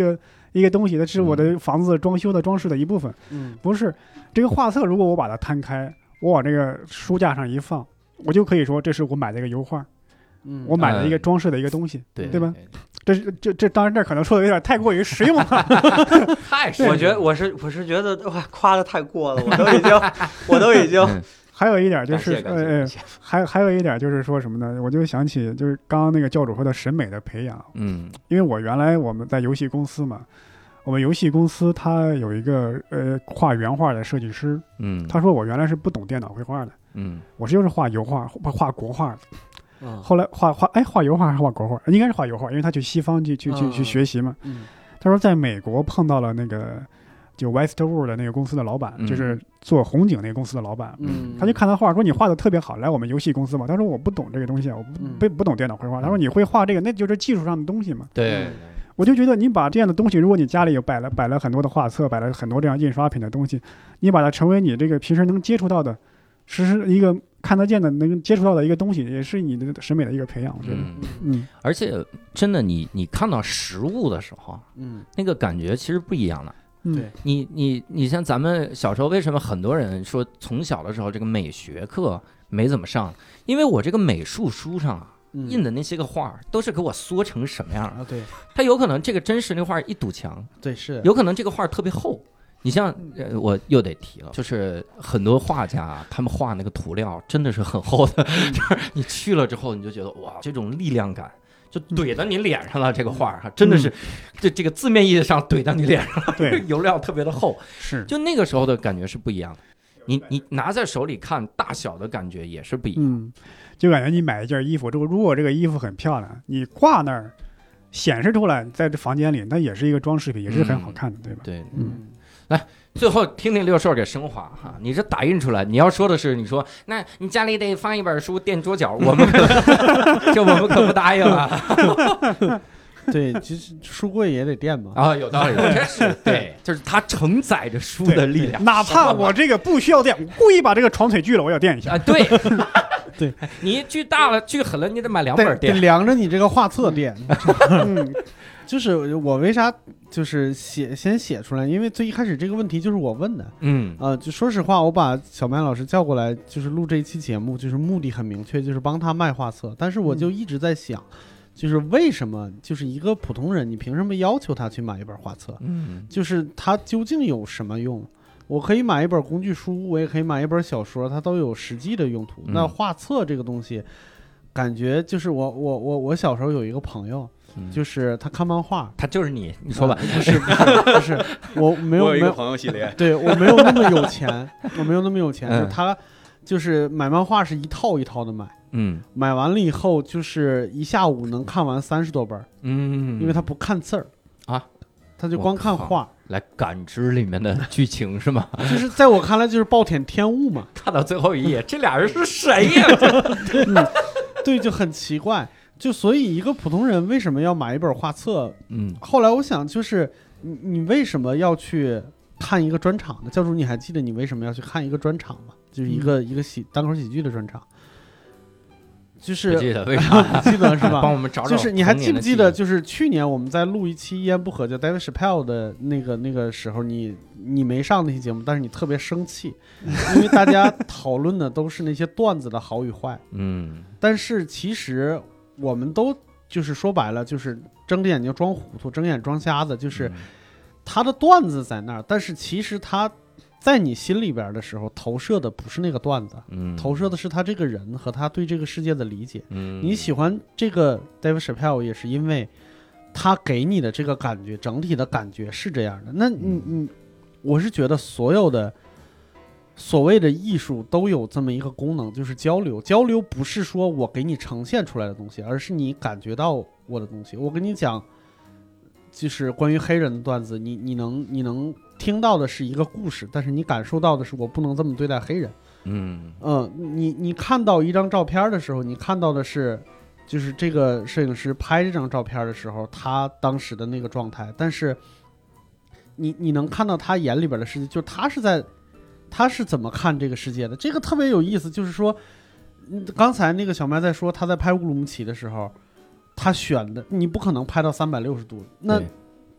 一个东西，它是我的房子装修的装饰的一部分。 嗯， 不是这个画册，如果我把它摊开，我往这个书架上一放，我就可以说这是我买的一个油画。嗯，我买了一个装饰的一个东西， 对对吧？这是这这当然这可能说的有点太过于实用了， 太我觉得我是我是觉得哇夸的太过了，我都已经我都已经。 还有一点就是呃，还还有一点就是说什么呢？我就想起就是刚刚那个教主说的审美的培养， 嗯， 因为我原来我们在游戏公司嘛，我们游戏公司它有一个呃画原画的设计师，嗯，他说我原来是不懂电脑绘画的，嗯，我是就是画油画画画国画的。后来画画，哎，画油画还是画国画？应该是画油画，因为他去西方去去去去学习嘛。嗯，他说在美国碰到了那个就 Westwood 的那个公司的老板，嗯、就是做红警那个公司的老板。嗯，他就看他画，说你画的特别好，来我们游戏公司嘛。他说我不懂这个东西啊，我不不、嗯、不懂电脑绘画。他说你会画这个，那就是技术上的东西嘛。 对。 我就觉得你把这样的东西，如果你家里有摆了摆了很多的画册，摆了很多这样印刷品的东西，你把它成为你这个平时能接触到的，实施一个。看得见的能接触到的一个东西，也是你的审美的一个培养，我觉得。嗯， 嗯而且真的你，你你看到实物的时候，嗯，那个感觉其实不一样的。 对， 你你你像咱们小时候，为什么很多人说从小的时候这个美学课没怎么上？因为我这个美术书上啊。印的那些个画都是给我缩成什么样啊？ 对， 它有可能这个真实那画一堵墙， 对，是有可能这个画特别厚。你像、呃、我又得提了，就是很多画家他们画那个涂料真的是很厚的，就是你去了之后你就觉得哇，这种力量感就怼到你脸上了，这个画哈真的是这这个字面意义上怼到你脸上了，对，油料特别的厚， 是就那个时候的感觉是不一样的。你你拿在手里看，大小的感觉也是不一样。 嗯，就感觉你买一件衣服之后，如果这个衣服很漂亮，你挂那儿显示出来，在这房间里，那也是一个装饰品，也是很好看的，嗯、对吧？ 对，嗯。来，最后听听六兽给升华哈。你这打印出来，你要说的是，你说，那你家里得放一本书垫桌角，我们可这我们可不答应啊。 对，其实书柜也得垫嘛。 啊，有道理，真是对，就是它承载着书的力量。 哪怕我这个不需要垫，我故意把这个床腿锯了，我要垫一下。 啊，对， 对， 你锯大了、锯狠了，你得买两本垫， 得量着你这个画册垫。嗯，就是我为啥就是写先写出来，因为最一开始这个问题就是我问的。嗯，呃，就说实话，我把小麦老师叫过来，就是录这一期节目，就是目的很明确，就是帮他卖画册。但是我就一直在想。嗯就是为什么就是一个普通人你凭什么要求他去买一本画册？嗯，就是他究竟有什么用？我可以买一本工具书，我也可以买一本小说，它都有实际的用途。嗯、那画册这个东西感觉就是我我我我小时候有一个朋友，嗯、就是他看漫画， 他就是你，你说吧， 呃、不是不是不是，我没有我有一个朋友系列， 对我没有那么有钱，我没有那么有钱，嗯、就他就是买漫画是一套一套的买。嗯，买完了以后就是一下午能看完三十多本，嗯，因为他不看字儿啊， 他就光看画来感知里面的剧情是吗？ 就是在我看来就是暴殄天物嘛。 看到最后一页，这俩人是谁呀？ 嗯，对，就很奇怪。就所以一个普通人为什么要买一本画册？嗯，后来我想就是你你为什么要去看一个专场呢？教主，你还记得你为什么要去看一个专场吗？就是一个、嗯、一个喜单口喜剧的专场。就是不记得为啥？ 记得是吧？ 帮我们找找。 就是你还记不记得？就是去年我们在录一期一言不合就 David Chappelle 的那个那个时候你，你你没上那期节目，但是你特别生气，因为大家讨论的都是那些段子的好与坏。嗯。但是其实我们都就是说白了，就是睁着眼睛装糊涂，睁眼装瞎子，就是他的段子在那儿，但是其实他。在你心里边的时候，投射的不是那个段子，嗯，投射的是他这个人和他对这个世界的理解。嗯，你喜欢这个 David Chappelle 也是因为他给你的这个感觉，整体的感觉是这样的。那你你，我是觉得所有的所谓的艺术都有这么一个功能，就是交流。交流不是说我给你呈现出来的东西，而是你感觉到我的东西。我跟你讲，就是关于黑人的段子，你你能你能。听到的是一个故事，但是你感受到的是我不能这么对待黑人。嗯嗯、呃，你你看到一张照片的时候，你看到的是就是这个摄影师拍这张照片的时候他当时的那个状态，但是你你能看到他眼里边的世界，就是他是在他是怎么看这个世界的，这个特别有意思。就是说刚才那个小麦在说他在拍乌鲁木齐的时候，他选的你不可能拍到三百六十度，那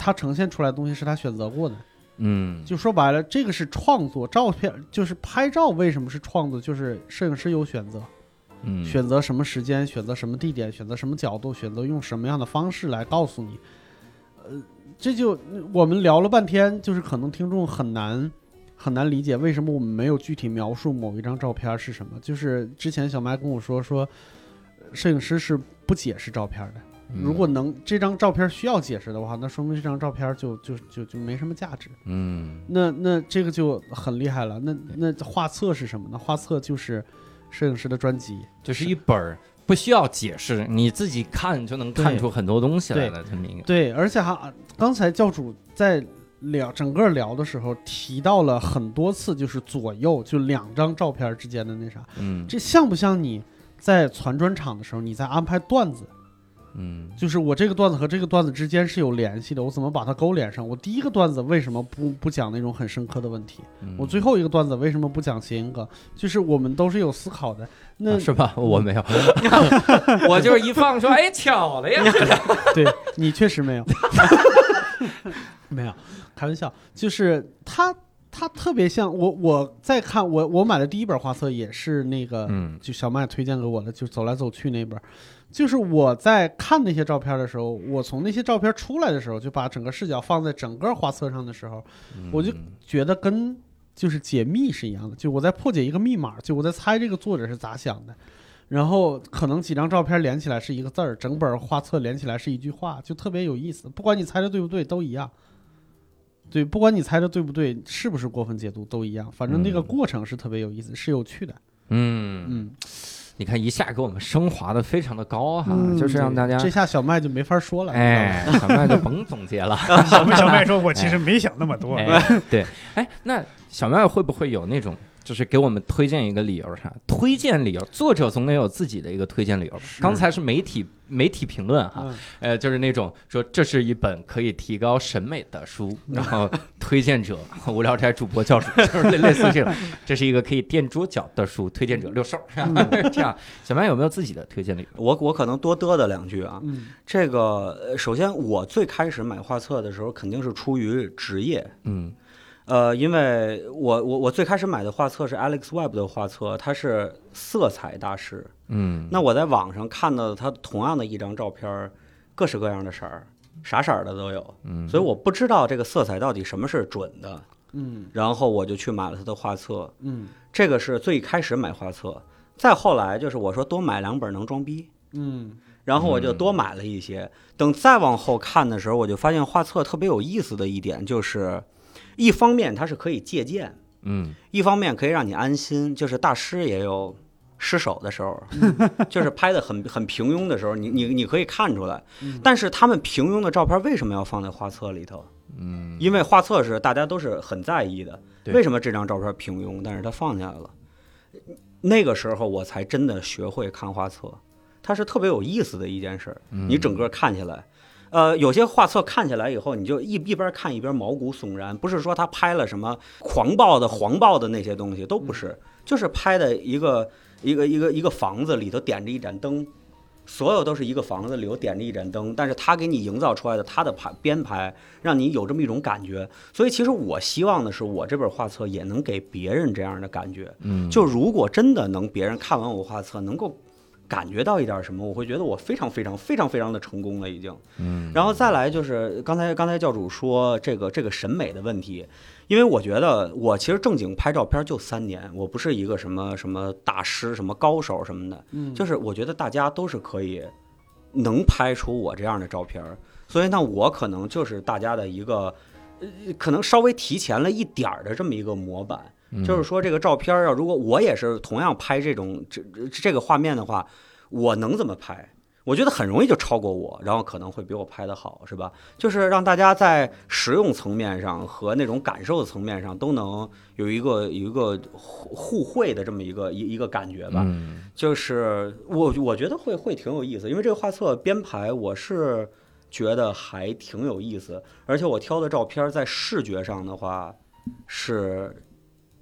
它呈现出来的东西是他选择过的。 嗯， 就说白了，这个是创作，照片就是拍照，为什么是创作？就是摄影师有选择， 嗯， 选择什么时间，选择什么地点，选择什么角度，选择用什么样的方式来告诉你。呃，这就我们聊了半天，就是可能听众很难很难理解为什么我们没有具体描述某一张照片是什么。就是之前小麦跟我说说，摄影师是不解释照片的。如果能这张照片需要解释的话，那说明这张照片就就就就没什么价值。 嗯， 那那这个就很厉害了。那那画册是什么呢？画册就是摄影师的专辑， 就是一本不需要解释，你自己看就能看出很多东西来了。他明对，而且还刚才教主在聊整个聊的时候提到了很多次，就是左右就两张照片之间的那啥， 嗯， 这像不像你在传专场的时候你在安排段子？ 嗯， 就是我这个段子和这个段子之间是有联系的，我怎么把它勾连上？我第一个段子为什么不不讲那种很深刻的问题？嗯、我最后一个段子为什么不讲谐音梗？就是我们都是有思考的，那、 啊、是吧？我没有，我就是一放说，哎，巧了呀！ 对你确实没有，没有，开玩笑，就是他。它特别像我，我在看我我买的第一本画册也是那个，嗯，就小麦推荐给我的，就走来走去那本。就是我在看那些照片的时候，我从那些照片出来的时候，就把整个视角放在整个画册上的时候，嗯、我就觉得跟就是解密是一样的，就我在破解一个密码，就我在猜这个作者是咋想的。然后可能几张照片连起来是一个字儿，整本画册连起来是一句话，就特别有意思。不管你猜的对不对，都一样。对，不管你猜的对不对，是不是过分解读都一样，反正那个过程是特别有意思，嗯、是有趣的。 嗯嗯，你看一下给我们升华的非常的高哈，嗯、就是让大家这下小麦就没法说了， 哎，小麦就甭总结了。 小麦小麦说，我其实没想那么多。 哎哎、对，哎，那小麦会不会有那种？就是给我们推荐一个理由啥？推荐理由，作者总得有自己的一个推荐理由。刚才是媒体媒体评论哈，嗯、呃，就是那种说这是一本可以提高审美的书，然后推荐者无聊斋主播教主，就是类似这种，这是一个可以垫桌脚的书，推荐者六兽，嗯、这样。小麦有没有自己的推荐理由？ 我我可能多嘚嘚两句啊。 嗯、 这个首先我最开始买画册的时候，肯定是出于职业， 嗯。 呃，因为我我我最开始买的画册是 Alex Webb 的画册，他是色彩大师。 嗯， 那我在网上看到他同样的一张照片，各式各样的色儿，啥色儿的都有。嗯，所以我不知道这个色彩到底什么是准的。 嗯， 然后我就去买了他的画册。 嗯， 这个是最开始买画册，再后来就是我说多买两本能装逼。 嗯， 然后我就多买了一些。等再往后看的时候，我就发现画册特别有意思的一点就是。一方面它是可以借鉴， 嗯， 一方面可以让你安心，就是大师也有失手的时候，就是拍的很很平庸的时候，你你你可以看出来，但是他们平庸的照片为什么要放在画册里头？ 嗯， 因为画册是大家都是很在意的，为什么这张照片平庸，但是它放下来了？那个时候我才真的学会看画册，它是特别有意思的一件事，你整个看起来。呃，有些画册看起来以后，你就一一边看一边毛骨悚然。不是说他拍了什么狂暴的、黄暴的那些东西，都不是，就是拍的一个一个一个一个房子里头点着一盏灯，所有都是一个房子里头点着一盏灯，但是他给你营造出来的他的拍编排，让你有这么一种感觉。所以其实我希望的是，我这本画册也能给别人这样的感觉。 嗯， 就如果真的能别人看完我画册能够。感觉到一点什么，我会觉得我非常非常非常非常的成功了，已经。 嗯， 然后再来就是刚才刚才教主说这个这个审美的问题，因为我觉得我其实正经拍照片就三年，我不是一个什么什么大师、什么高手什么的， 嗯， 就是我觉得大家都是可以能拍出我这样的照片，所以那我可能就是大家的一个，呃，可能稍微提前了一点的这么一个模板。就是说这个照片啊，如果我也是同样拍这种这这个画面的话，我能怎么拍？我觉得很容易就超过我，然后可能会比我拍的好，是吧？就是让大家在实用层面上和那种感受的层面上都能有一个有一个互惠的这么一个一一个感觉吧。就是我我觉得会会挺有意思，因为这个画册编排我是觉得还挺有意思，而且我挑的照片在视觉上的话是。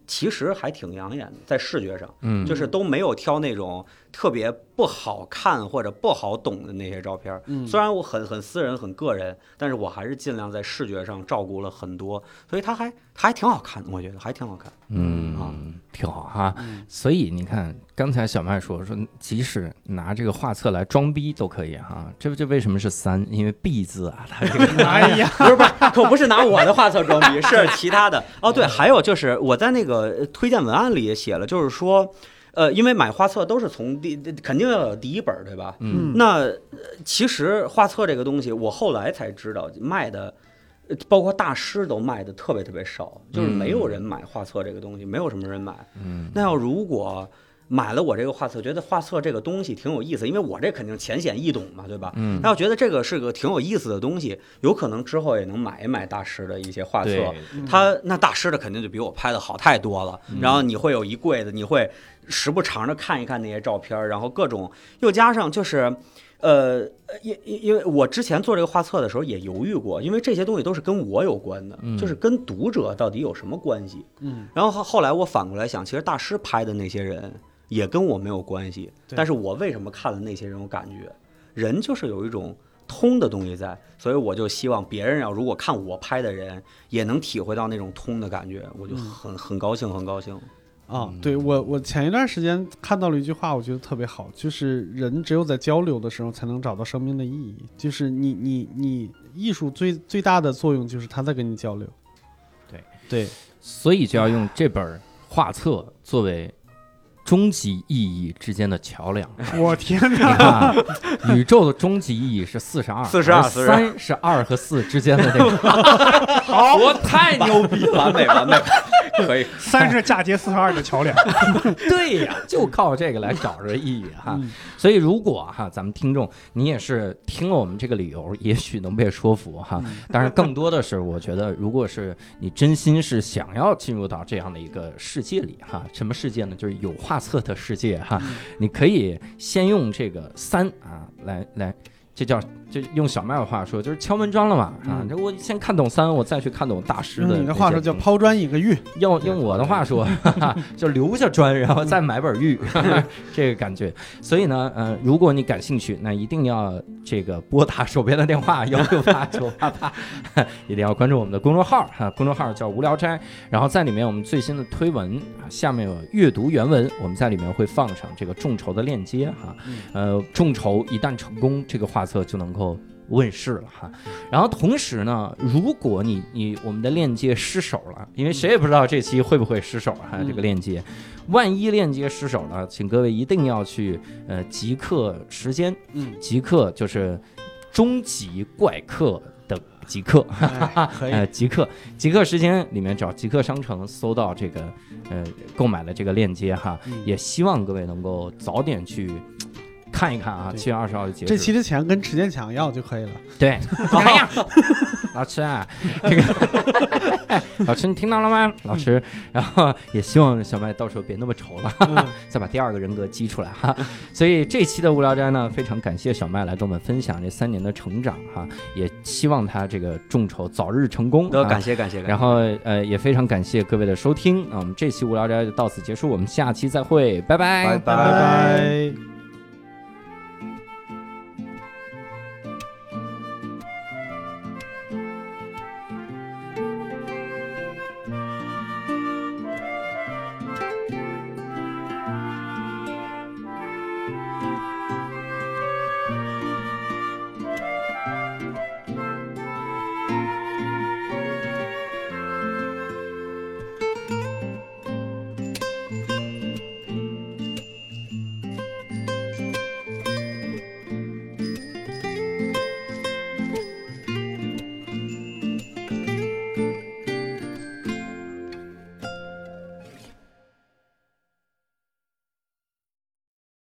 其实还挺养眼的，在视觉上， 嗯， 就是都没有挑那种特别不好看或者不好懂的那些照片。 嗯， 虽然我很很私人很个人，但是我还是尽量在视觉上照顾了很多，所以它还它还挺好看的，我觉得还挺好看。 嗯啊， 挺好哈。 嗯， 所以你看，刚才小麦说说，即使拿这个画册来装逼都可以哈。这这为什么是三？因为 B 字啊，它这个哎呀， 不是不是，可不是拿我的画册装逼，是其他的。哦，对，还有就是我在那个推荐文案里也写了，就是说。呃，因为买画册都是从第肯定要有第一本，对吧？ 嗯， 那、呃、其实画册这个东西，我后来才知道卖的，包括大师都卖的特别特别少，就是没有人买画册这个东西，没有什么人买。 嗯， 那要如果买了我这个画册，觉得画册这个东西挺有意思，因为我这肯定浅显易懂嘛，对吧？ 嗯， 那要觉得这个是个挺有意思的东西，有可能之后也能买一买大师的一些画册。他那大师的肯定就比我拍的好太多了， 嗯、 然后你会有一柜子，你会时不常的看一看那些照片，然后各种又加上就是。呃，因因为我之前做这个画册的时候也犹豫过，因为这些东西都是跟我有关的， 嗯、 就是跟读者到底有什么关系。 嗯， 然后后来我反过来想，其实大师拍的那些人也跟我没有关系，但是我为什么看了那些人，我感觉人就是有一种通的东西在，所以我就希望别人要如果看我拍的人也能体会到那种通的感觉，我就很很高兴，很高兴。 啊，对，我我前一段时间看到了一句话，我觉得特别好，就是人只有在交流的时候才能找到生命的意义。就是你你你艺术最最大的作用就是他在跟你交流。 对对， 所以就要用这本画册作为终极意义之间的桥梁。 我天哪！ 宇宙的终极意义是四十二， 四十二， 三是二和四之间的那个。好，我太牛逼了， 完美完美。可以， 三是嫁接四十二的桥梁。 对呀，就靠这个来找着意义哈。嗯、所以如果哈，咱们听众你也是听了我们这个理由，也许能被说服哈。当然，更多的是我觉得，如果是你真心是想要进入到这样的一个世界里哈，什么世界呢？就是有画册的世界哈。你可以先用这个三啊来来。这叫就用小麦的话说，就是敲门砖了嘛啊！这、嗯、我先看懂三，我再去看懂大师的。 用你的话说叫抛砖引个玉， 用用我的话说，哈哈就留下砖，然后再买本玉，哈哈这个感觉。所以呢，呃，如果你感兴趣，那一定要这个拨打手边的电话幺六八九八八，一定要关注我们的公众号哈，公众号叫无聊斋，然后在里面我们最新的推文啊，下面有阅读原文，我们在里面会放上这个众筹的链接哈。呃，众筹一旦成功，这个画册就能够问世了哈。然后同时呢，如果你你我们的链接失手了，因为谁也不知道这期会不会失手哈，这个链接，万一链接失手了，请各位一定要去呃极客时间，嗯，极客就是终极怪客的极客， 哎、可以， 呃，极客极客时间里面找极客商城，搜到这个呃购买的这个链接哈，嗯、也希望各位能够早点去。看一看啊，七月二十号就结束。 这期的钱跟池建强要就可以了。 对，哎呀，老师啊，这个老师你听到了吗？老师，然后也希望小麦到时候别那么愁了，嗯、再把第二个人格激出来哈。所以这期的无聊斋呢，非常感谢小麦来跟我们分享这三年的成长哈，也希望他这个众筹早日成功。 都感谢感谢感谢。 然后呃，也非常感谢各位的收听。那我们这期无聊斋就到此结束，我们下期再会，拜拜拜拜拜。